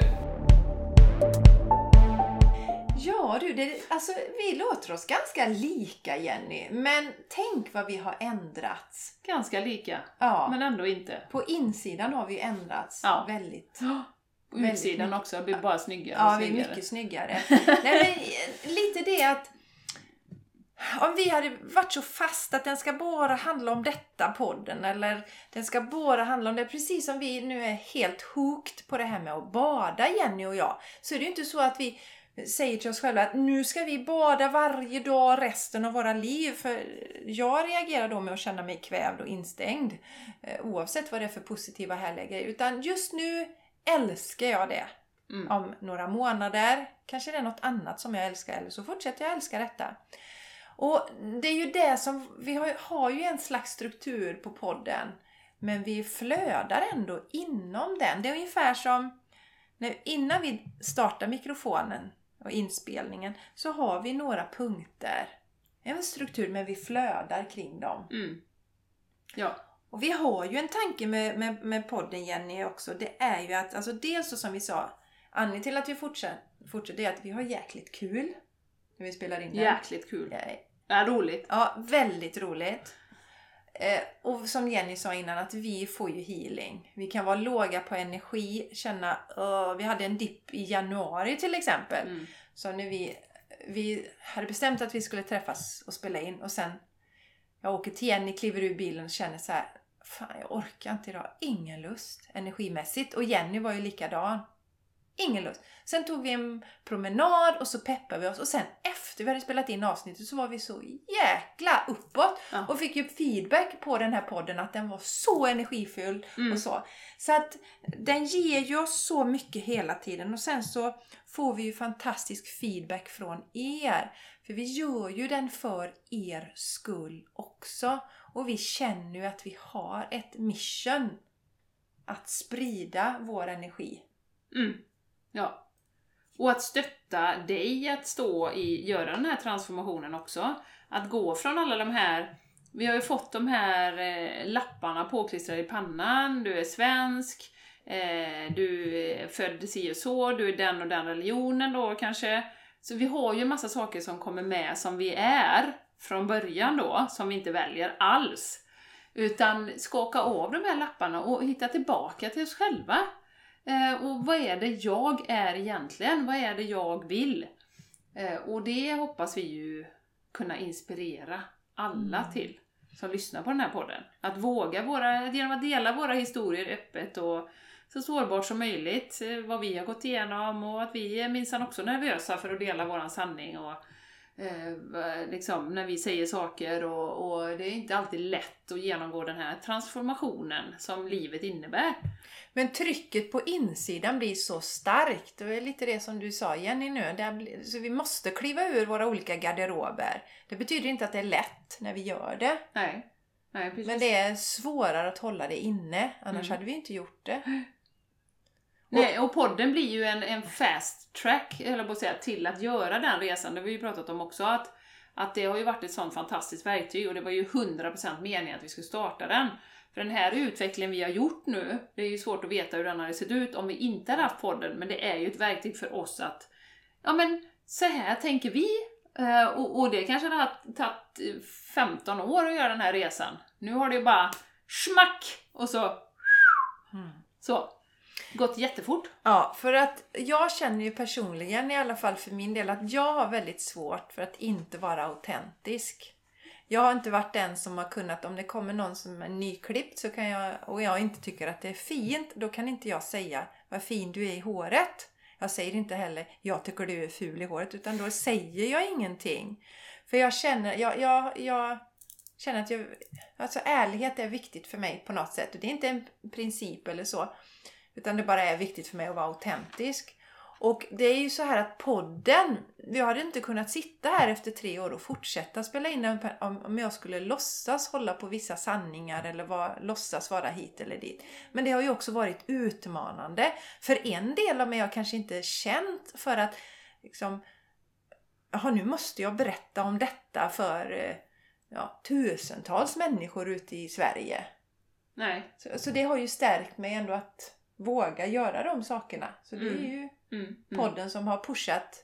Ja du, det, alltså, vi låter oss ganska lika, Jenny. Men tänk vad vi har ändrats. Ganska lika, Ja. men ändå inte. På insidan har vi ändrats Ja. väldigt. På utsidan också, blir bara snyggare Ja, och vi är snyggare. mycket snyggare. Nej, men, lite det att om vi hade varit så fast att den ska bara handla om detta podden, eller den ska bara handla om det, precis som vi nu är helt hooked på det här med att bada, Jenny och jag, så är det ju inte så att vi säger till oss själva att nu ska vi bada varje dag resten av våra liv, för jag reagerar då med att känna mig kvävd och instängd oavsett vad det är för positiva härlägger, utan just nu älskar jag det. Mm. Om några månader kanske det är något annat som jag älskar, eller så fortsätter jag älska detta. Och det är ju det som, vi har, har ju en slags struktur på podden, men vi flödar ändå inom den. Det är ungefär som när, innan vi startar mikrofonen och inspelningen så har vi några punkter, en struktur, men vi flödar kring dem. Mm. Ja. Och vi har ju en tanke med, med, med podden, Jenny, också. Det är ju att, alltså dels så som vi sa, anledningen till att vi fortsätter, fortsätter är att vi har jäkligt kul när vi spelar in den. Jäkligt kul. Ja, ja, roligt. Ja, väldigt roligt. Eh, och som Jenny sa innan, att vi får ju healing. Vi kan vara låga på energi, känna, uh, vi hade en dipp i januari till exempel. Mm. Så när vi, vi hade bestämt att vi skulle träffas och spela in, och sen jag åker till Jenny, kliver ur bilen och känner så här, fan jag orkar inte idag, ingen lust energimässigt. Och Jenny var ju likadan. Ingen lust. Sen tog vi en promenad och så peppade vi oss. Och sen efter vi hade spelat in avsnittet så var vi så jäkla uppåt. Ja. Och fick ju feedback på den här podden att den var så energifull Mm. och så. Så att den ger ju oss så mycket hela tiden. Och sen så får vi ju fantastisk feedback från er. För vi gör ju den för er skull också. Och vi känner ju att vi har ett mission att sprida vår energi. Mm. Ja. Och att stötta dig att stå i, göra den här transformationen också. Att gå från alla de här, vi har ju fått de här eh, lapparna påklistrade i pannan. Du är svensk, eh, du är född si och så, du är den och den religionen då kanske. Så vi har ju en massa saker som kommer med som vi är från början då, som vi inte väljer alls. Utan skaka av de här lapparna och hitta tillbaka till oss själva. Eh, och vad är det jag är egentligen? Vad är det jag vill? Eh, och det hoppas vi ju kunna inspirera alla mm. till som lyssnar på den här podden. Att våga våra, genom att dela våra historier öppet och så sårbart som möjligt. Eh, vad vi har gått igenom, och att vi är minsann också nervösa för att dela våran sanning. Och eh, liksom när vi säger saker, och, och det är inte alltid lätt att genomgå den här transformationen som livet innebär. Men trycket på insidan blir så starkt. Det är lite det som du sa, Jenny, nu. Blir, så vi måste kliva ur våra olika garderober. Det betyder inte att det är lätt när vi gör det. Nej. Nej, precis. Men det är svårare att hålla det inne. Annars mm. hade vi inte gjort det. Nej, och podden blir ju en, en fast track, eller på att säga, till att göra den resan. Det har vi ju pratat om också. Att, att det har ju varit ett sånt fantastiskt verktyg. Och det var ju hundra procent meningen att vi skulle starta den. För den här utvecklingen vi har gjort nu, det är ju svårt att veta hur den hade sett ut om vi inte hade haft podden, men det är ju ett verktyg för oss att, ja men så här tänker vi, och, och det kanske hade tagit femton år att göra den här resan. Nu har det ju bara smack och så, mm. så. Gått jättefort. Ja, för att jag känner ju personligen, i alla fall för min del, att jag har väldigt svårt för att inte vara autentisk. Jag har inte varit den som har kunnat, om det kommer någon som är nyklippt så kan jag, och jag inte tycker att det är fint, då kan inte jag säga vad fin du är i håret. Jag säger inte heller, jag tycker du är ful i håret, utan då säger jag ingenting. För jag känner, jag, jag, jag känner att jag, alltså ärlighet är viktigt för mig på något sätt. Och det är inte en princip eller så. Utan det bara är viktigt för mig att vara autentisk. Och det är ju så här att podden, vi hade inte kunnat sitta här efter tre år och fortsätta spela in den om jag skulle låtsas hålla på vissa sanningar eller var, låtsas vara hit eller dit. Men det har ju också varit utmanande. För en del av mig har kanske inte känt för att liksom, jaha, nu måste jag berätta om detta för ja, tusentals människor ute i Sverige. Nej. Så, så det har ju stärkt mig ändå att våga göra de sakerna. Så det är ju mm, mm, podden som har pushat.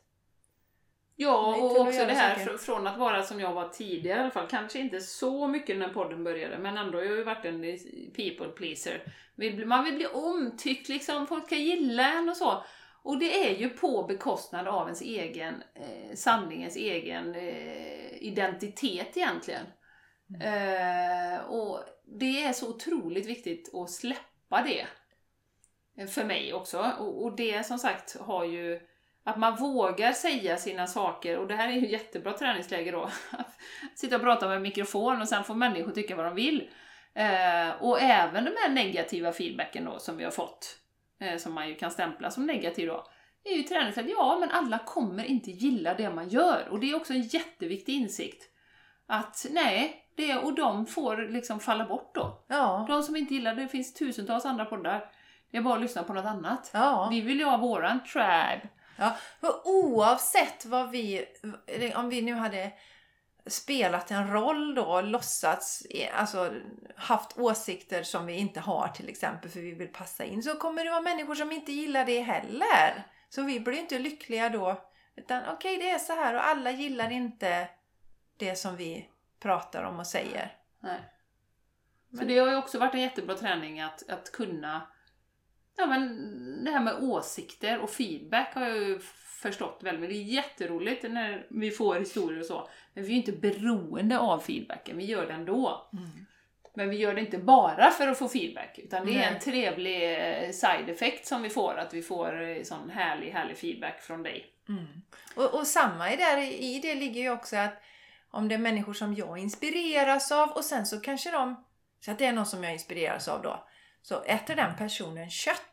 Ja, och också det här saker. Från att vara som jag var tidigare i alla fall. Kanske inte så mycket när podden började, men ändå har jag ju varit en people pleaser. Man vill bli omtyckt, liksom, folk ska gilla en och så. Och det är ju på bekostnad av ens egen eh, sanningens egen eh, identitet egentligen. Mm. Eh, och det är så otroligt viktigt att släppa det. För mig också. Och, och det som sagt har ju att man vågar säga sina saker. Och det här är ju jättebra träningsläge då. Sitta och prata med en mikrofon och sen får människor tycka vad de vill. Eh, och även de här negativa feedbacken då som vi har fått. Eh, som man ju kan stämpla som negativ då. Är ju träningsläge. Ja, men alla kommer inte gilla det man gör. Och det är också en jätteviktig insikt. Att nej, det och de får liksom falla bort då. Ja. De som inte gillar det, det finns tusentals andra poddar. Det är bara att lyssna på något annat. Ja. Vi vill ju ha våran tribe. Ja, för oavsett vad vi, om vi nu hade spelat en roll då, låtsats, alltså haft åsikter som vi inte har till exempel för vi vill passa in, så kommer det vara människor som inte gillar det heller. Så vi blir inte lyckliga då. Utan okej, okay, det är så här och alla gillar inte det som vi pratar om och säger. Nej. Men så det har ju också varit en jättebra träning att, att kunna. Ja, men det här med åsikter och feedback har jag ju förstått väldigt. Men det är jätteroligt när vi får historier och så. Men vi är ju inte beroende av feedbacken. Vi gör det ändå. Mm. Men vi gör det inte bara för att få feedback. Utan det är mm. en trevlig side effect som vi får. Att vi får sån härlig, härlig feedback från dig. Mm. Och, och samma i, där, i det ligger ju också att om det är människor som jag inspireras av. Och sen så kanske de, så att det är någon som jag inspireras av då. Så äter den personen kött.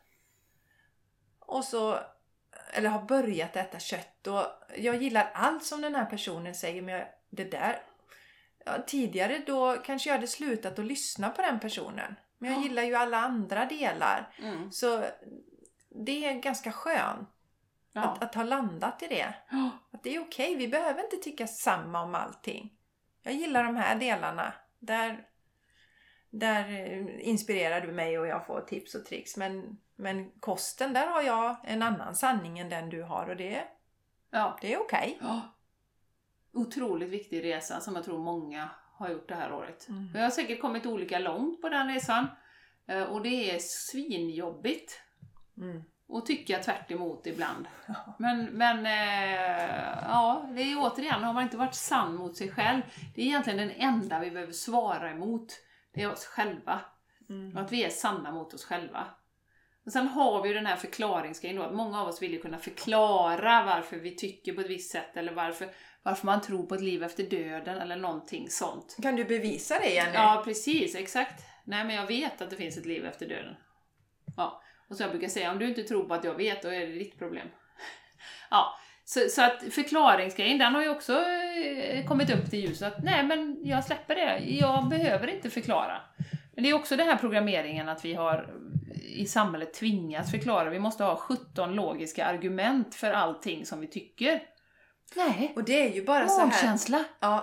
Och så, eller har börjat äta kött. Och jag gillar allt som den här personen säger. Men jag, det där, ja, tidigare då kanske jag hade slutat att lyssna på den personen. Men jag ja. gillar ju alla andra delar. Mm. Så det är ganska skönt. Ja. Att, att ha landat i det. Ja. Att det är okej, vi behöver inte tycka samma om allting. Jag gillar de här delarna. Där... Där inspirerar du mig och jag får tips och tricks. Men, men kosten, där har jag en annan sanning än den du har. Och det, ja. det är okej. Okay. Ja. Otroligt viktig resa som jag tror många har gjort det här året. Mm. Jag har säkert kommit olika långt på den resan. Och det är svinjobbigt. Mm. Och tycka tvärt emot ibland. Ja. Men, men ja, det är återigen, har man inte varit sann mot sig själv. Det är egentligen den enda vi behöver svara emot. Det är oss själva. Mm. Och att vi är sanna mot oss själva. Och sen har vi ju den här förklaringsgrejen då. Att många av oss vill ju kunna förklara varför vi tycker på ett visst sätt. Eller varför, varför man tror på ett liv efter döden. Eller någonting sånt. Kan du bevisa det igen? Ja, precis. Exakt. Nej, men jag vet att det finns ett liv efter döden. Ja. Och så jag brukar säga, om du inte tror på att jag vet, då är det ditt problem. Ja. Så, så att förklaringsgrejen, den har ju också eh, kommit upp till ljus. Att nej, men jag släpper det. Jag behöver inte förklara. Men det är också den här programmeringen att vi har i samhället tvingats förklara. Vi måste ha sjutton logiska argument för allting som vi tycker. Nej. Och det är ju bara så här. Magkänsla. Ja.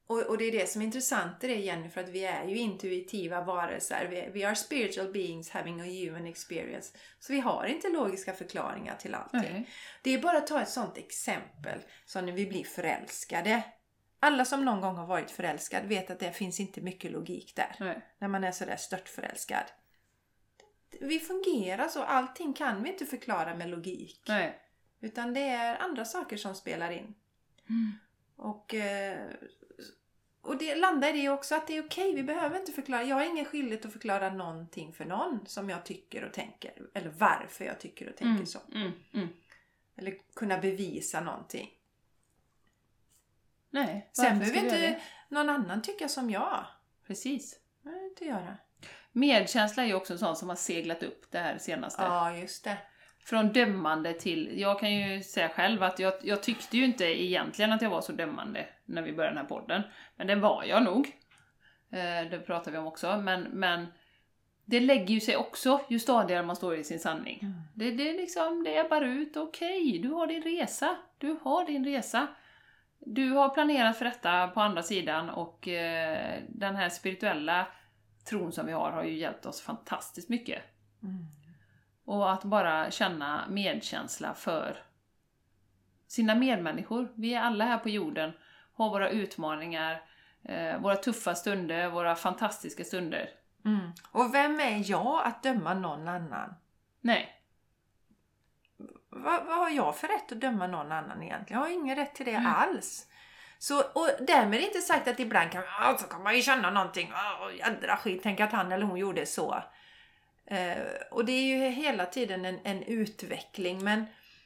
Och, och det är det som är intressant i det, Jenny, för att vi är ju intuitiva varelser. Vi, we are spiritual beings having a human experience. Så vi har inte logiska förklaringar till allting. Nej. Det är bara att ta ett sånt exempel som när vi blir förälskade. Alla som någon gång har varit förälskad vet att det finns inte mycket logik där. Nej. När man är sådär stört förälskad. Vi fungerar så, allting kan vi inte förklara med logik. Nej. Utan det är andra saker som spelar in. Mm. Och... Och det landar i det också att det är okej, vi behöver inte förklara. Jag har ingen skyldighet att förklara någonting för någon som jag tycker och tänker. Eller varför jag tycker och tänker mm, så. Mm, mm. Eller kunna bevisa någonting. Nej, sen behöver inte någon annan tycka som jag. Precis. Det behöver inte göra. Medkänsla är ju också en sån som har seglat upp det här senaste. Ja, just det. Från dömande till... Jag kan ju säga själv att jag, jag tyckte ju inte egentligen att jag var så dömande när vi började den här podden. Men det var jag nog. Eh, det pratar vi om också. Men, men det lägger ju sig också ju stadigare man står i sin sanning. Mm. Det, det, är liksom, det är bara ut. Okej, okay, du har din resa. Du har din resa. Du har planerat för detta på andra sidan. Och eh, den här spirituella tron som vi har har ju hjälpt oss fantastiskt mycket. Mm. Och att bara känna medkänsla för sina medmänniskor. Vi är alla här på jorden. Har våra utmaningar. Eh, våra tuffa stunder. Våra fantastiska stunder. Mm. Och vem är jag att döma någon annan? Nej. Vad, vad har jag för rätt att döma någon annan egentligen? Jag har ingen rätt till det mm. alls. Så, och därmed inte sagt att ibland kan, så kan man ju känna någonting. Åh, jädra skit. Tänk att han eller hon gjorde så. Uh, och det är ju hela tiden en, en utveckling, men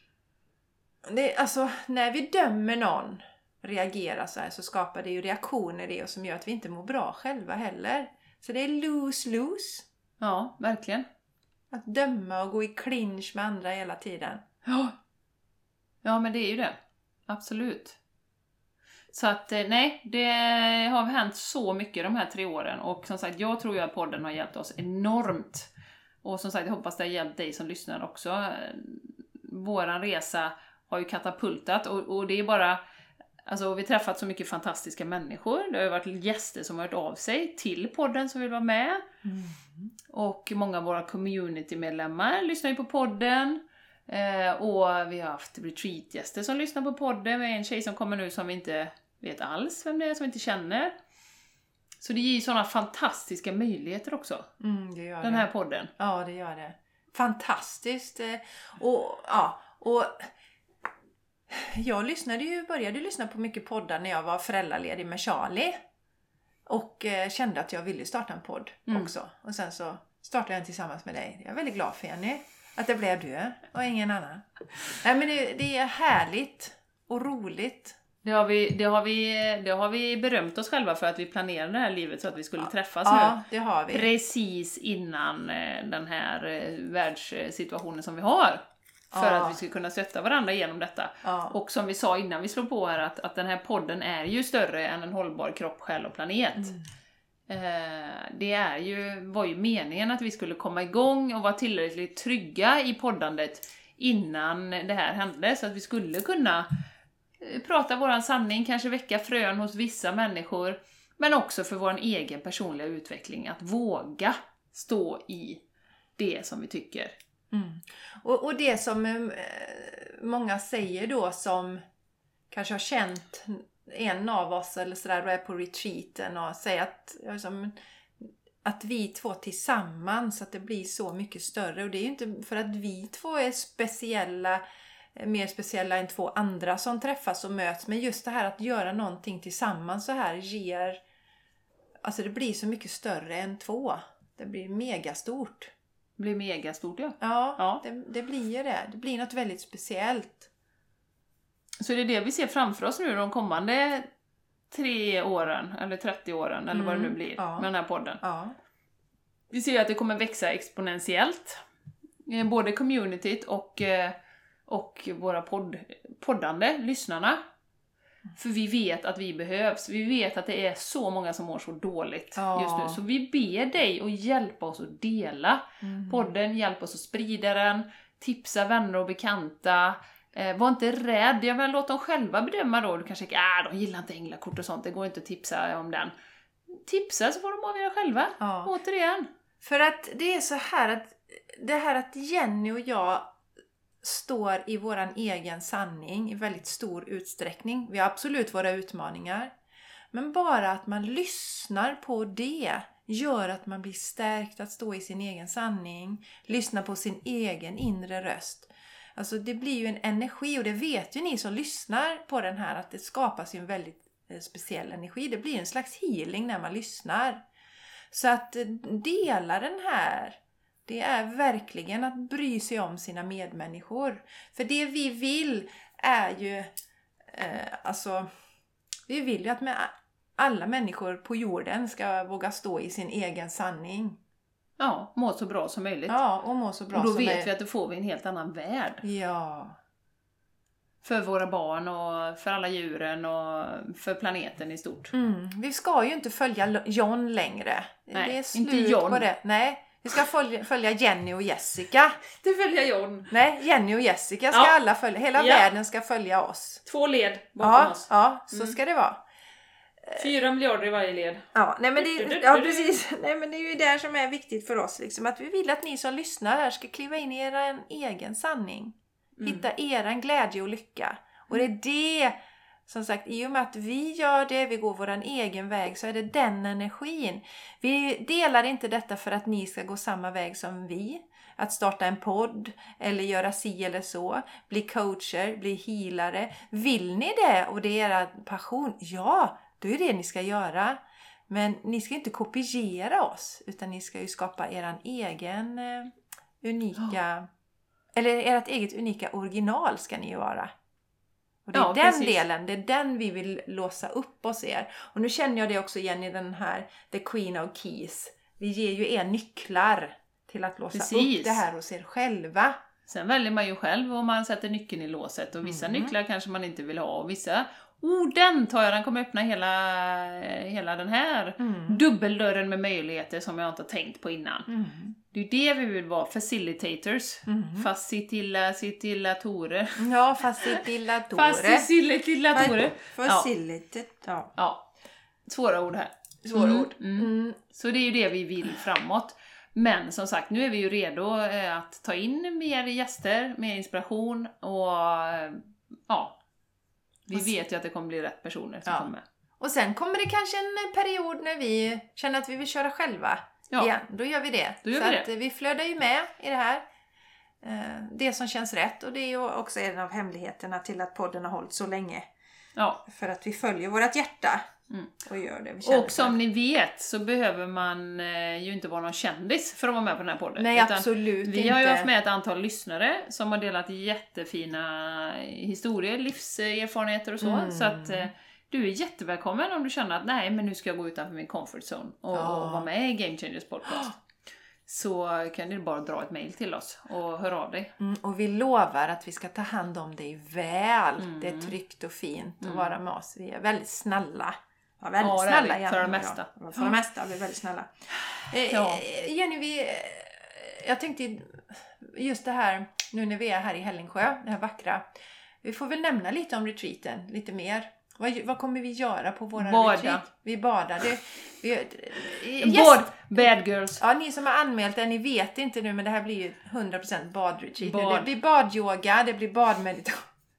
det, alltså, när vi dömer någon, reagerar så här, så skapar det ju reaktioner i oss som gör att vi inte mår bra själva heller. Så det är lose-lose. Ja, verkligen. Att döma och gå i clinch med andra hela tiden. Ja, ja men det är ju det. Absolut. Så att nej, det har hänt så mycket de här tre åren. Och som sagt, jag tror ju att podden har hjälpt oss enormt. Och som sagt, jag hoppas det har hjälpt dig som lyssnar också. Våran resa har ju katapultat. Och, och det är bara... Alltså, vi har träffat så mycket fantastiska människor. Det har ju varit gäster som har hört av sig till podden som vill vara med. Mm. Och många av våra community-medlemmar lyssnar ju på podden. Eh, och vi har haft retreat-gäster som lyssnar på podden. Vi har en tjej som kommer nu som vi inte vet alls vem det är, som vi inte känner. Så det ger ju sådana fantastiska möjligheter också. Mm, det gör den det. här podden. Ja, det gör det. Fantastiskt. Och ja, och jag lyssnade ju, började lyssna på mycket poddar när jag var föräldraledig med Charlie. Och eh, kände att jag ville starta en podd mm. också. Och sen så startade jag den tillsammans med dig. Jag är väldigt glad för Jenny. Att det blev du och ingen annan. Nej, men det, det är härligt och roligt. Det har, vi, det, har vi, det har vi berömt oss själva för att vi planerade det här livet så att vi skulle ja. träffas ja, nu. Det har vi. Precis innan den här världssituationen som vi har. För ja. att vi ska kunna stötta varandra genom detta. Ja. Och som vi sa innan vi slog på här att, att den här podden är ju större än en hållbar kropp, själ och planet. Mm. Det är ju, var ju meningen att vi skulle komma igång och vara tillräckligt trygga i poddandet innan det här hände. Så att vi skulle kunna prata våran sanning, kanske väcka frön hos vissa människor. Men också för vår egen personliga utveckling. Att våga stå i det som vi tycker. Mm. Och, och det som eh, många säger då som kanske har känt en av oss eller sådär, då är på retreaten och säger att, liksom, att vi två tillsammans, att det blir så mycket större. Och det är ju inte för att vi två är speciella, mer speciella än två andra som träffas och möts. Men just det här att göra någonting tillsammans så här ger, alltså det blir så mycket större än två. Det blir megastort. Det blir megastort, ja. Ja, ja. Det, det blir ju det. Det blir något väldigt speciellt. Så det är det vi ser framför oss nu de kommande tre åren, eller trettio åren, eller mm, vad det nu blir, ja. med den här podden. Ja. Vi ser att det kommer växa exponentiellt. Både communityt och, och våra podd, poddande lyssnarna. För vi vet att vi behövs. Vi vet att det är så många som mår så dåligt ja. just nu. Så vi ber dig att hjälpa oss att dela mm. podden, hjälpa oss att sprida den, tipsa vänner och bekanta. Eh, var inte rädd, jag vill låta dem själva bedöma då. Du kanske tänker, ah, de gillar inte änglakort och sånt, det går inte att tipsa om den. Tipsa så får de avgöra själva, Ja. återigen. För att det är så här att det här att Jenny och jag står i våran egen sanning i väldigt stor utsträckning. Vi har absolut våra utmaningar. Men bara att man lyssnar på det gör att man blir stärkt att stå i sin egen sanning. Lyssna på sin egen inre röst. Alltså det blir ju en energi, och det vet ju ni som lyssnar på den här, att det skapas ju en väldigt speciell energi. Det blir en slags healing när man lyssnar. Så att dela den här, det är verkligen att bry sig om sina medmänniskor. För det vi vill är ju, eh, alltså, vi vill ju att med alla människor på jorden ska våga stå i sin egen sanning. Ja, må så bra som möjligt. Ja, och må så bra och då som vet möjligt. vi att då får vi en helt annan värld. Ja. För våra barn och för alla djuren och för planeten i stort. Mm. Vi ska ju inte följa John längre. Nej, det är slut inte John. på det. Nej, vi ska följa, följa Jenny och Jessica. Det följer John. Nej, Jenny och Jessica ska Ja. alla följa. Hela Ja. världen ska följa oss. Två led bakom Ja, oss. ja, så Mm. ska det vara. Fyra miljarder i varje led. Ja, nej men det, ja, precis. Nej, men det är ju det som är viktigt för oss. Liksom, att vi vill att ni som lyssnar här ska kliva in i er egen sanning. Mm. Hitta er glädje och lycka. Och det är det, som sagt, i och med att vi gör det, vi går våran egen väg, så är det den energin. Vi delar inte detta för att ni ska gå samma väg som vi. Att starta en podd eller göra si eller så. Bli coacher, bli healare. Vill ni det och det är er passion? Ja, då är det ni ska göra. Men ni ska inte kopiera oss, utan ni ska ju skapa er egen eh, unika, oh. eller ert eget unika original ska ni ju vara. Och det är ja, den precis. delen, det är den vi vill låsa upp hos er. Och nu känner jag det också igen i den här The Queen of Keys. Vi ger ju er nycklar till att låsa precis. upp det här hos er själva. Sen väljer man ju själv om man sätter nyckeln i låset. Och vissa mm. nycklar kanske man inte vill ha. Och vissa, oh den tar jag, den kommer öppna hela, hela den här mm. dubbeldörren med möjligheter som jag inte har tänkt på innan. Mm. Det är det vi vill vara, facilitators. Mm. Facilitatorer. Ja, facilitatorer. Facilitatorer. Facilitator. Ja. ja. Svåra ord här. Svåra mm. ord. Mm. Mm. Så det är ju det vi vill framåt. Men som sagt, nu är vi ju redo att ta in mer gäster, mer inspiration och ja, vi och vet ju att det kommer bli rätt personer som ja. kommer. Och sen kommer det kanske en period när vi känner att vi vill köra själva. Ja. Igen. Då gör vi det. Då gör Så vi att det. vi flödar ju med i det här. Det som känns rätt, och det är ju också en av hemligheterna till att podden har hållit så länge. Ja. För att vi följer vårt hjärta. Mm. Och gör det vi känner och som för. ni vet så behöver man eh, ju inte vara någon kändis för att vara med på den här podden. Nej, utan absolut vi inte. har ju haft med ett antal lyssnare som har delat jättefina historier, livserfarenheter och så. Mm. Så att eh, du är jättevälkommen om du känner att nej, men nu ska jag gå utanför min comfort zone och, ja. och vara med i Game Changers podcast. Så kan du bara dra ett mejl till oss och höra av dig. Mm, och vi lovar att vi ska ta hand om dig väl. Mm. Det är tryggt och fint att mm. vara med oss. Vi är väldigt snälla. Ja, väldigt ja, snälla är för det mesta. Ja, för det mesta är vi väldigt snälla. Eh, ja. Jenny, vi, jag tänkte just det här, nu när vi är här i Hällingsjö, det här vackra. Vi får väl nämna lite om retreaten, lite mer. Vad, vad kommer vi göra på våra Bada. retreat? Vi badar. Det, vi, yes. Bad, bad girls. Ja, ni som har anmält det, ni vet inte nu, men det här blir ju hundra procent badretreat. Bad. Det blir badyoga, det blir badmeditation.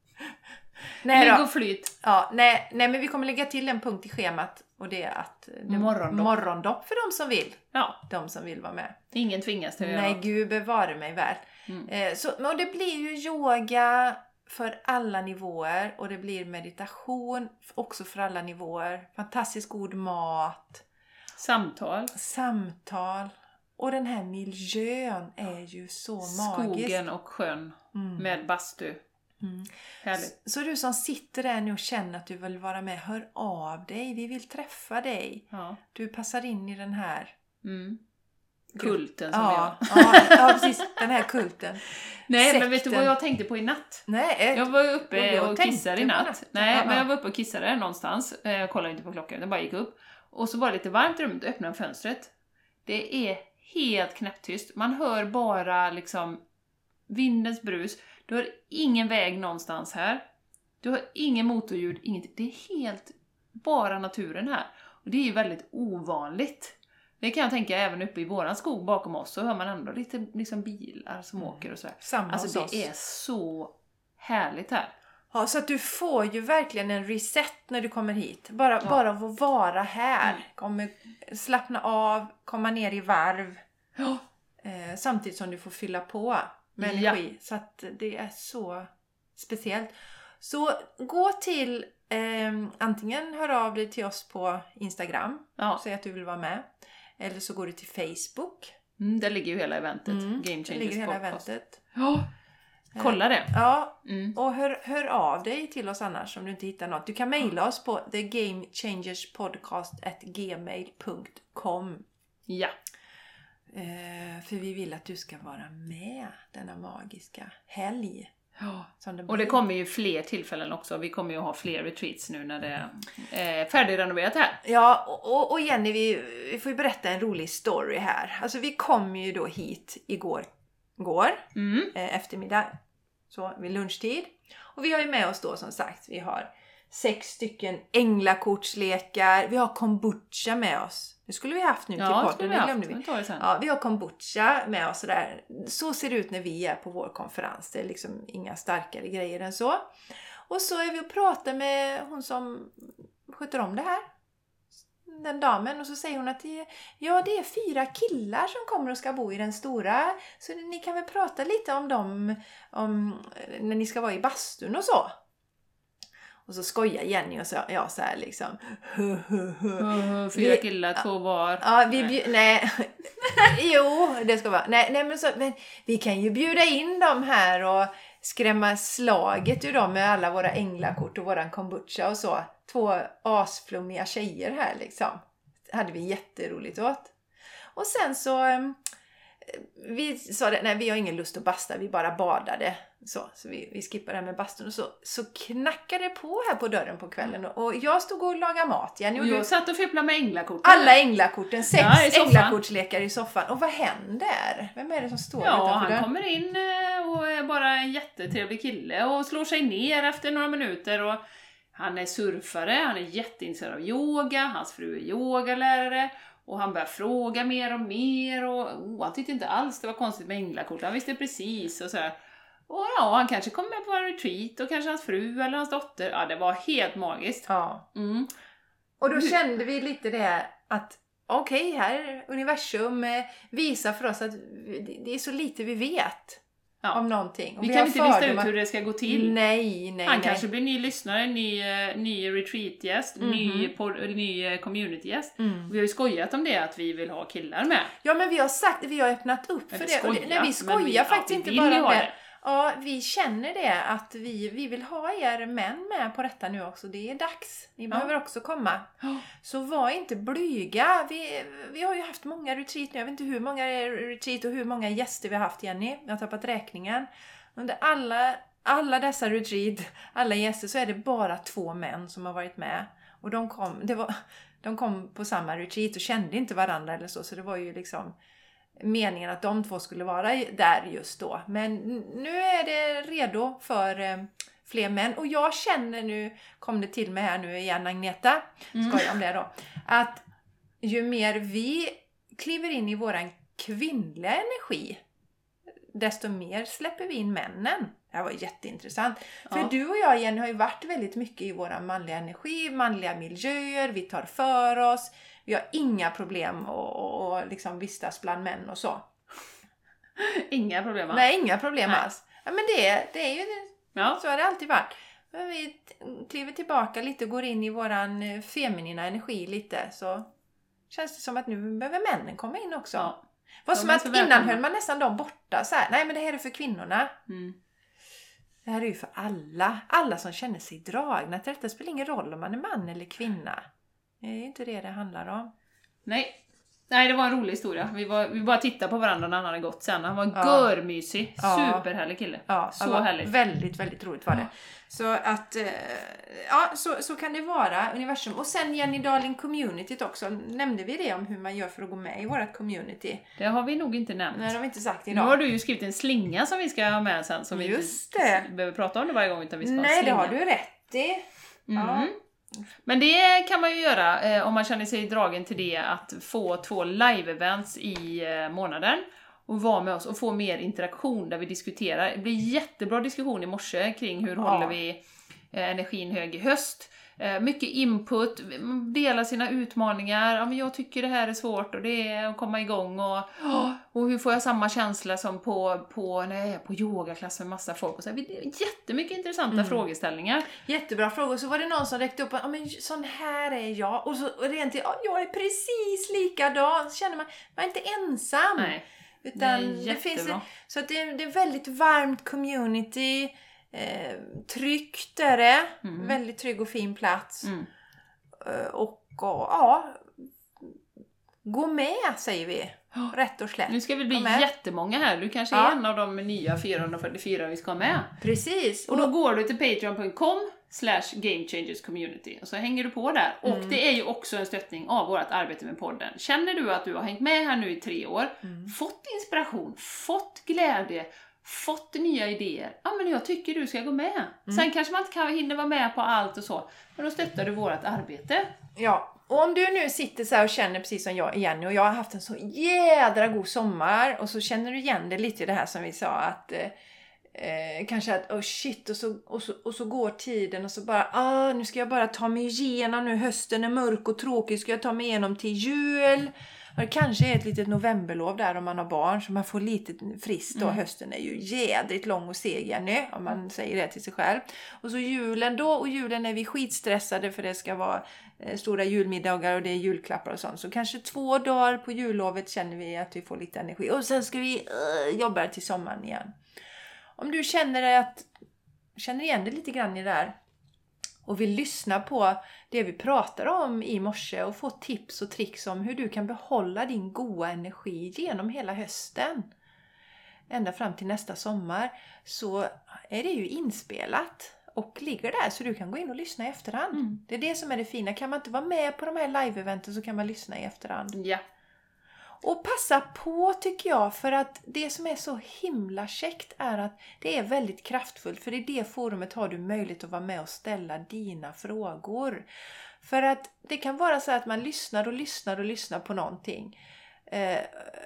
Nej Ligg och flyt. Ja, nej, nej, men vi kommer lägga till en punkt i schemat. Och det är att det morgondopp. morgondopp för de som vill. Ja. De som vill vara med. Ingen tvingas till att Nej, göra. Gud bevare mig väl. Mm. Eh, så, och det blir ju yoga för alla nivåer. Och det blir meditation också för alla nivåer. Fantastiskt god mat. Samtal. Samtal. Och den här miljön är ju så magisk. Skogen och sjön mm. med bastu. Mm. Så, så du som sitter där nu och känner att du vill vara med, hör av dig. Vi vill träffa dig. Ja. Du passar in i den här mm. kulten som ja, jag. Ja, ja, precis. Den här kulten. Nej, Sekten. men vet du vad jag tänkte på i natt? Nej. Jag var uppe och kissade i natt. natt. Nej, ja, men jag ja. var uppe och kissade någonstans. Jag kollade inte på klockan, jag bara gick upp. Och så var det lite varmt i rummet och öppnade fönstret. Det är helt knäpptyst. Man hör bara liksom vindens brus. Du har ingen väg någonstans här. Du har ingen motorljud, inget. Det är helt bara naturen här. Och det är ju väldigt ovanligt. Det kan jag tänka även uppe i våran skog bakom oss, så hör man ändå lite liksom bilar som mm. åker och sådär. Samma alltså det oss. är så härligt här. Ja, så att du får ju verkligen en reset när du kommer hit. Bara, ja. bara av att vara här. Mm. Kommer slappna av, komma ner i varv. Ja. Eh, samtidigt som du får fylla på med energi. Ja. Så att det är så speciellt. Så gå till, eh, antingen hör av dig till oss på Instagram. Ja. Säg att du vill vara med. Eller så går du till Facebook. Mm, där ligger ju hela eventet. Mm, Game Changers där ligger hela podcast. eventet. Ja. Kolla det. Ja, mm. och hör, hör av dig till oss annars om du inte hittar något. Du kan mejla oss på the game changers podcast at gmail dot com. Ja. Eh, för vi vill att du ska vara med denna magiska helg. Ja. Som det och det kommer ju fler tillfällen också. Vi kommer ju ha fler retreats nu när det är färdigrenoverat här. Ja, och, och Jenny, vi, vi får ju berätta en rolig story här. Alltså vi kom ju då hit igår, igår mm. eh, eftermiddag, så vid lunchtid. Och vi har ju med oss då som sagt, vi har sex stycken änglakortslekar. Vi har kombucha med oss. Det skulle vi haft nu till ja, podden, det glömde vi. vi. Ja, vi har kombucha med oss där. Så ser det ut när vi är på vår konferens. Det är liksom inga starkare grejer än så. Och så är vi och pratar med hon som sköter om det här. Den damen. Och så säger hon att det, ja, det är fyra killar som kommer och ska bo i den stora. Så ni kan väl prata lite om dem om, när ni ska vara i bastun och så. Och så skojar Jenny och så, ja, så här liksom. Uh, fyra killar, två var. Ja, vi bjud, nej. Jo, det ska vara. Nej, nej men, så, men vi kan ju bjuda in dem här och skrämma slaget ur dem med alla våra änglakort och våran kombucha och så. Två asflummiga tjejer här liksom. Det hade vi jätteroligt åt. Och sen så vi sa det, nej vi har ingen lust att basta, vi bara badade. Så, så vi, vi skippade det här med bastun och så, så knackade det på här på dörren på kvällen. Och, och jag stod och lagade mat. Jenny, och jag du, satt och fipplade med änglakorten. alla änglakorten, sex ja, änglakortslekar i soffan. Och vad händer? Vem är det som står ja, utanför han dörren? kommer in och är bara en jättetrevlig kille och slår sig ner efter några minuter. Och han är surfare, han är jätteintresserad av yoga, hans fru är yogalärare. Och han börjar fråga mer och mer och oh, han tyckte inte alls det var konstigt med änglakort. Han visste precis och sådär. Och ja, han kanske kom med på en retreat och kanske hans fru eller hans dotter. Ja, det var helt magiskt. Ja. Mm. Och då kände vi lite det att okej, okay, här universum visar för oss att det är så lite vi vet. Ja. Om någonting. Vi, vi kan inte lista ut hur det ska gå till. Nej, nej, Han nej. kanske blir ny lyssnare, ny, ny retreatgäst, mm-hmm. ny, pod, ny communitygäst. Mm. Vi har ju skojat om det, att vi vill ha killar med. Ja, men vi har sagt, vi har öppnat upp för det. Skoja, och det. Nej, vi skojar vi, faktiskt ja, inte bara om det. det. Ja, vi känner det att vi, vi vill ha er män med på detta nu också. Det är dags. Ni ja. behöver också komma. Ja. Så var inte blyga. Vi, vi har ju haft många retreat nu. Jag vet inte hur många retreat och hur många gäster vi har haft, Jenny. Jag har tappat räkningen. Under alla, alla dessa retreat, alla gäster, så är det bara två män som har varit med. Och de kom, det var, de kom på samma retreat och kände inte varandra eller så. Så det var ju liksom meningen att de två skulle vara där just då. Men nu är det redo för eh, fler män. Och jag känner nu, kom det till mig här nu igen, Agneta, mm. skojar om det då, att ju mer vi kliver in i våran kvinnliga energi, desto mer släpper vi in männen. Det här var jätteintressant. Ja. För du och jag, Jenny, har ju varit väldigt mycket i våran manliga energi, manliga miljöer, vi tar för oss. Vi har inga problem att liksom vistas bland män och så. Inga problem alls? Nej, inga problem Nej. alls. Ja, men det, det är ju det. Ja. Så har det alltid varit. Men vi kliver tillbaka lite och går in i våran feminina energi lite. Så känns det som att nu behöver männen komma in också. Ja. Vad som att innan höll man nästan dem borta. Så här, nej, men det här är för kvinnorna. Mm. Det här är ju för alla. Alla som känner sig dragna. Det spelar ingen roll om man är man eller kvinna. Det är inte det det handlar om. Nej, Nej, det var en rolig historia. Vi, var, vi bara tittade på varandra när han hade gått sen. Han var Ja. görmysig. Ja. Superhärlig kille. Ja, Så härligt. Väldigt, väldigt roligt var det. Så att, eh, ja, så, så kan det vara, universum. Och sen Jenny Darling communityt också. Nämnde vi det om hur man gör för att gå med i vårt community? Det har vi nog inte nämnt. Nej, det har vi inte sagt Nu idag. har du ju skrivit en slinga som vi ska ha med sen. Som Just vi inte det. behöver prata om det varje gång, utan vi ska ha en Nej, det slinga. har du rätt i. Mm. Ja. Men det kan man ju göra eh, om man känner sig dragen till det, att få två live-events i eh, månaden och vara med oss och få mer interaktion där vi diskuterar. Det blir jättebra diskussion i morse kring hur Ja. håller vi eh, energin hög i höst. Eh, mycket input, dela sina utmaningar. Ja, men jag tycker det här är svårt och det är att komma igång och, och hur får jag samma känsla som på, på, när jag är på yogaklass med massa folk. Och så här. Det är jättemycket intressanta Mm. frågeställningar. Jättebra frågor. Så var det någon som räckte upp ja, men sån här är jag. Och så och rent till, ja, jag är precis likadan. Så känner man, man är inte ensam. Nej, Utan det är det finns jättebra. en, så att det är, det är väldigt varmt community. Eh, tryggt är det. Mm. Väldigt trygg och fin plats. Mm. Eh, och, och ja, gå med säger vi. Rätt och slätt. Nu ska vi bli Kom med. jättemånga här. Du kanske är Ja. en av de nya fyrahundrafyrtiofyra vi ska ha med. Precis. Och då går du till patreon punkt com slash gamechangerscommunity och så hänger du på där. Och Mm. det är ju också en stöttning av vårt arbete med podden. Känner du att du har hängt med här nu i tre år, Mm. fått inspiration, fått glädje, fått nya idéer. Ja, men jag tycker du ska gå med. Mm. Sen kanske man inte kan hinna vara med på allt och så. Men då stöttar du vårt arbete. Ja, och om du nu sitter så här och känner precis som jag igen och jag har haft en så jädra god sommar och så känner du igen det lite i det här som vi sa att eh, eh, kanske att oh shit och så, och, så, och så går tiden och så bara ah, nu ska jag bara ta mig igenom nu, hösten är mörk och tråkig, ska jag ta mig igenom till jul. Och det kanske är ett litet novemberlov där om man har barn så man får lite frist då. Mm. Hösten är ju jädrigt lång och seg Jenny, om man säger det till sig själv. Och så julen då, och julen är vi skitstressade för det ska vara eh, stora julmiddagar och det är julklappar och sånt. Så kanske två dagar på jullovet känner vi att vi får lite energi. Och sen ska vi uh, jobba till sommaren igen. Om du känner att känner igen dig lite grann i det där och vill lyssna på det vi pratar om i morse och få tips och tricks om hur du kan behålla din goda energi genom hela hösten. Ända fram till nästa sommar så är det ju inspelat och ligger där så du kan gå in och lyssna i efterhand. Mm. Det är det som är det fina. Kan man inte vara med på de här live-eventen så kan man lyssna i efterhand. Ja. Och passa på tycker jag, för att det som är så himla käckt är att det är väldigt kraftfullt. För i det forumet har du möjlighet att vara med och ställa dina frågor. För att det kan vara så att man lyssnar och lyssnar och lyssnar på någonting. Eh,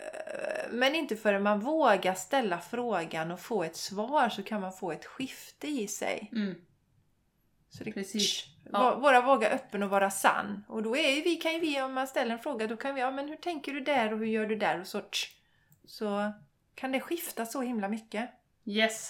men inte förrän man vågar ställa frågan och få ett svar så kan man få ett skifte i sig. Mm. Så det, Precis. Ja. Våra våga öppen och vara sann. Och då är vi, kan ju vi, om man ställer en fråga, då kan vi, ja men hur tänker du där och hur gör du där och så. Så kan det skifta så himla mycket. Yes.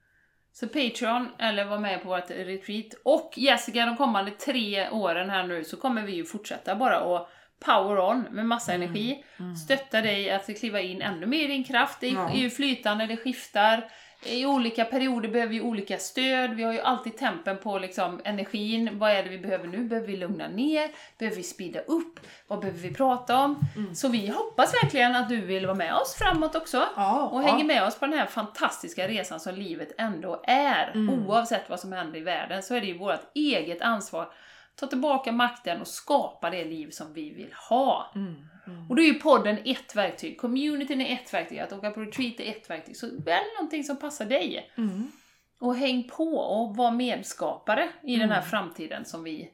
Så Patreon, eller var med på vårt retreat. Och Jessica, de kommande tre åren här nu så kommer vi ju fortsätta bara och power on med massa mm. energi. Mm. Stötta dig att kliva in ännu mer i din kraft. Det är ja. ju flytande, det skiftar. I olika perioder behöver vi olika stöd. Vi har ju alltid tempen på liksom energin. Vad är det vi behöver nu? Behöver vi lugna ner? Behöver vi speeda upp? Vad behöver vi prata om? Mm. Så vi hoppas verkligen att du vill vara med oss framåt också. Ja, och ja. hänger med oss på den här fantastiska resan som livet ändå är. Mm. Oavsett vad som händer i världen så är det ju vårt eget ansvar. Ta tillbaka makten och skapa det liv som vi vill ha. Mm. Mm. Och då är ju podden ett verktyg. Communityn är ett verktyg. Att åka på retreat är ett verktyg. Så välj någonting som passar dig. Mm. Och häng på och var medskapare i mm. den här framtiden som vi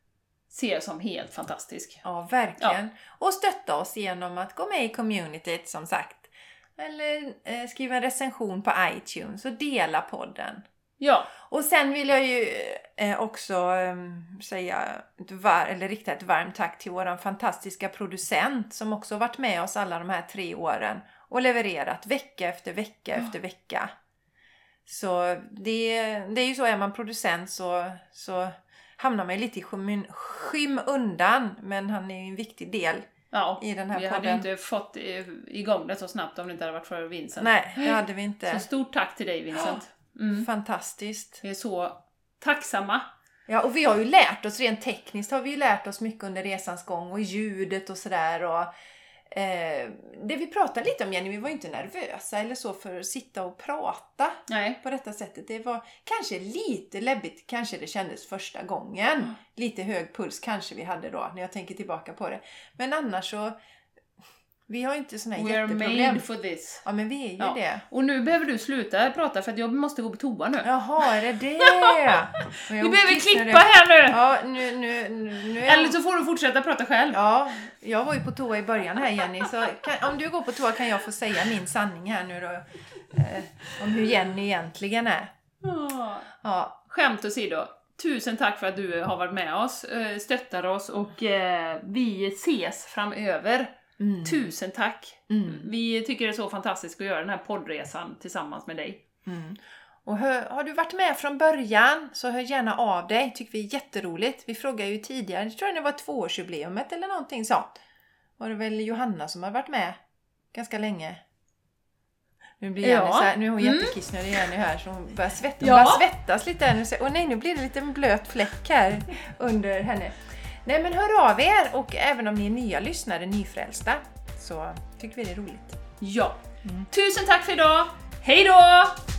ser som helt fantastisk. Ja, verkligen. Ja. Och stötta oss genom att gå med i communityt som sagt. Eller eh, skriva en recension på iTunes och dela podden. Ja. Och sen vill jag ju eh, också eh, säga ett var- eller rikta ett varmt tack till våran fantastiska producent som också har varit med oss alla de här tre åren och levererat vecka efter vecka ja. efter vecka. Så det, det är ju så, är man producent så, så hamnar man lite i skym, skymundan, men han är ju en viktig del. Ja, i den här vi podden. hade inte fått igång det så snabbt om det inte hade varit för Vincent. Nej, det hade vi inte. Så stort tack till dig Vincent. Mm. Fantastiskt. Vi är så tacksamma. Ja, och vi har ju lärt oss, rent tekniskt har vi ju lärt oss mycket under resans gång och ljudet och sådär. Och Eh, det vi pratade lite om, Jenny, vi var ju inte nervösa eller så för att sitta och prata Nej. på detta sättet. Det var kanske lite läbbigt, kanske det kändes första gången. Mm. Lite hög puls kanske vi hade då, när jag tänker tillbaka på det. Men annars så, vi har inte såna här We jätteproblem. are made for this. Ja, men vi är ju ja. det. Och nu behöver du sluta prata för att jag måste gå på toa nu. Jaha, är det det? Vi behöver klippa här nu! Ja, nu, nu, nu, nu är Eller så får du fortsätta prata själv. Ja, jag var ju på toa i början här, Jenny. Så kan, om du går på toa kan jag få säga min sanning här nu då. Eh, om hur Jenny egentligen är. Oh. Ja. Skämt åsido. Tusen tack för att du har varit med oss, stöttar oss och eh, vi ses framöver. Mm. Tusen tack. Mm. Vi tycker det är så fantastiskt att göra den här poddresan tillsammans med dig. Mm. Och hör, har du varit med från början så hör gärna av dig. Tycker vi är jätteroligt. Vi frågade ju tidigare, jag tror det var tvåårsjubileumet eller någonting sånt. Var det väl Johanna som har varit med ganska länge? Nu blir Jenny ja. så här, nu är hon mm. jättekissnödig Jenny här så hon börjar, svett, hon ja. börjar svettas lite här nu. Och nej, nu blir det lite en blöt fläck här under henne. Nej, men hör av er, och även om ni är nya lyssnare, nyfrälsta, så tycker vi det är roligt. Ja. Mm. Tusen tack för idag. Hej då!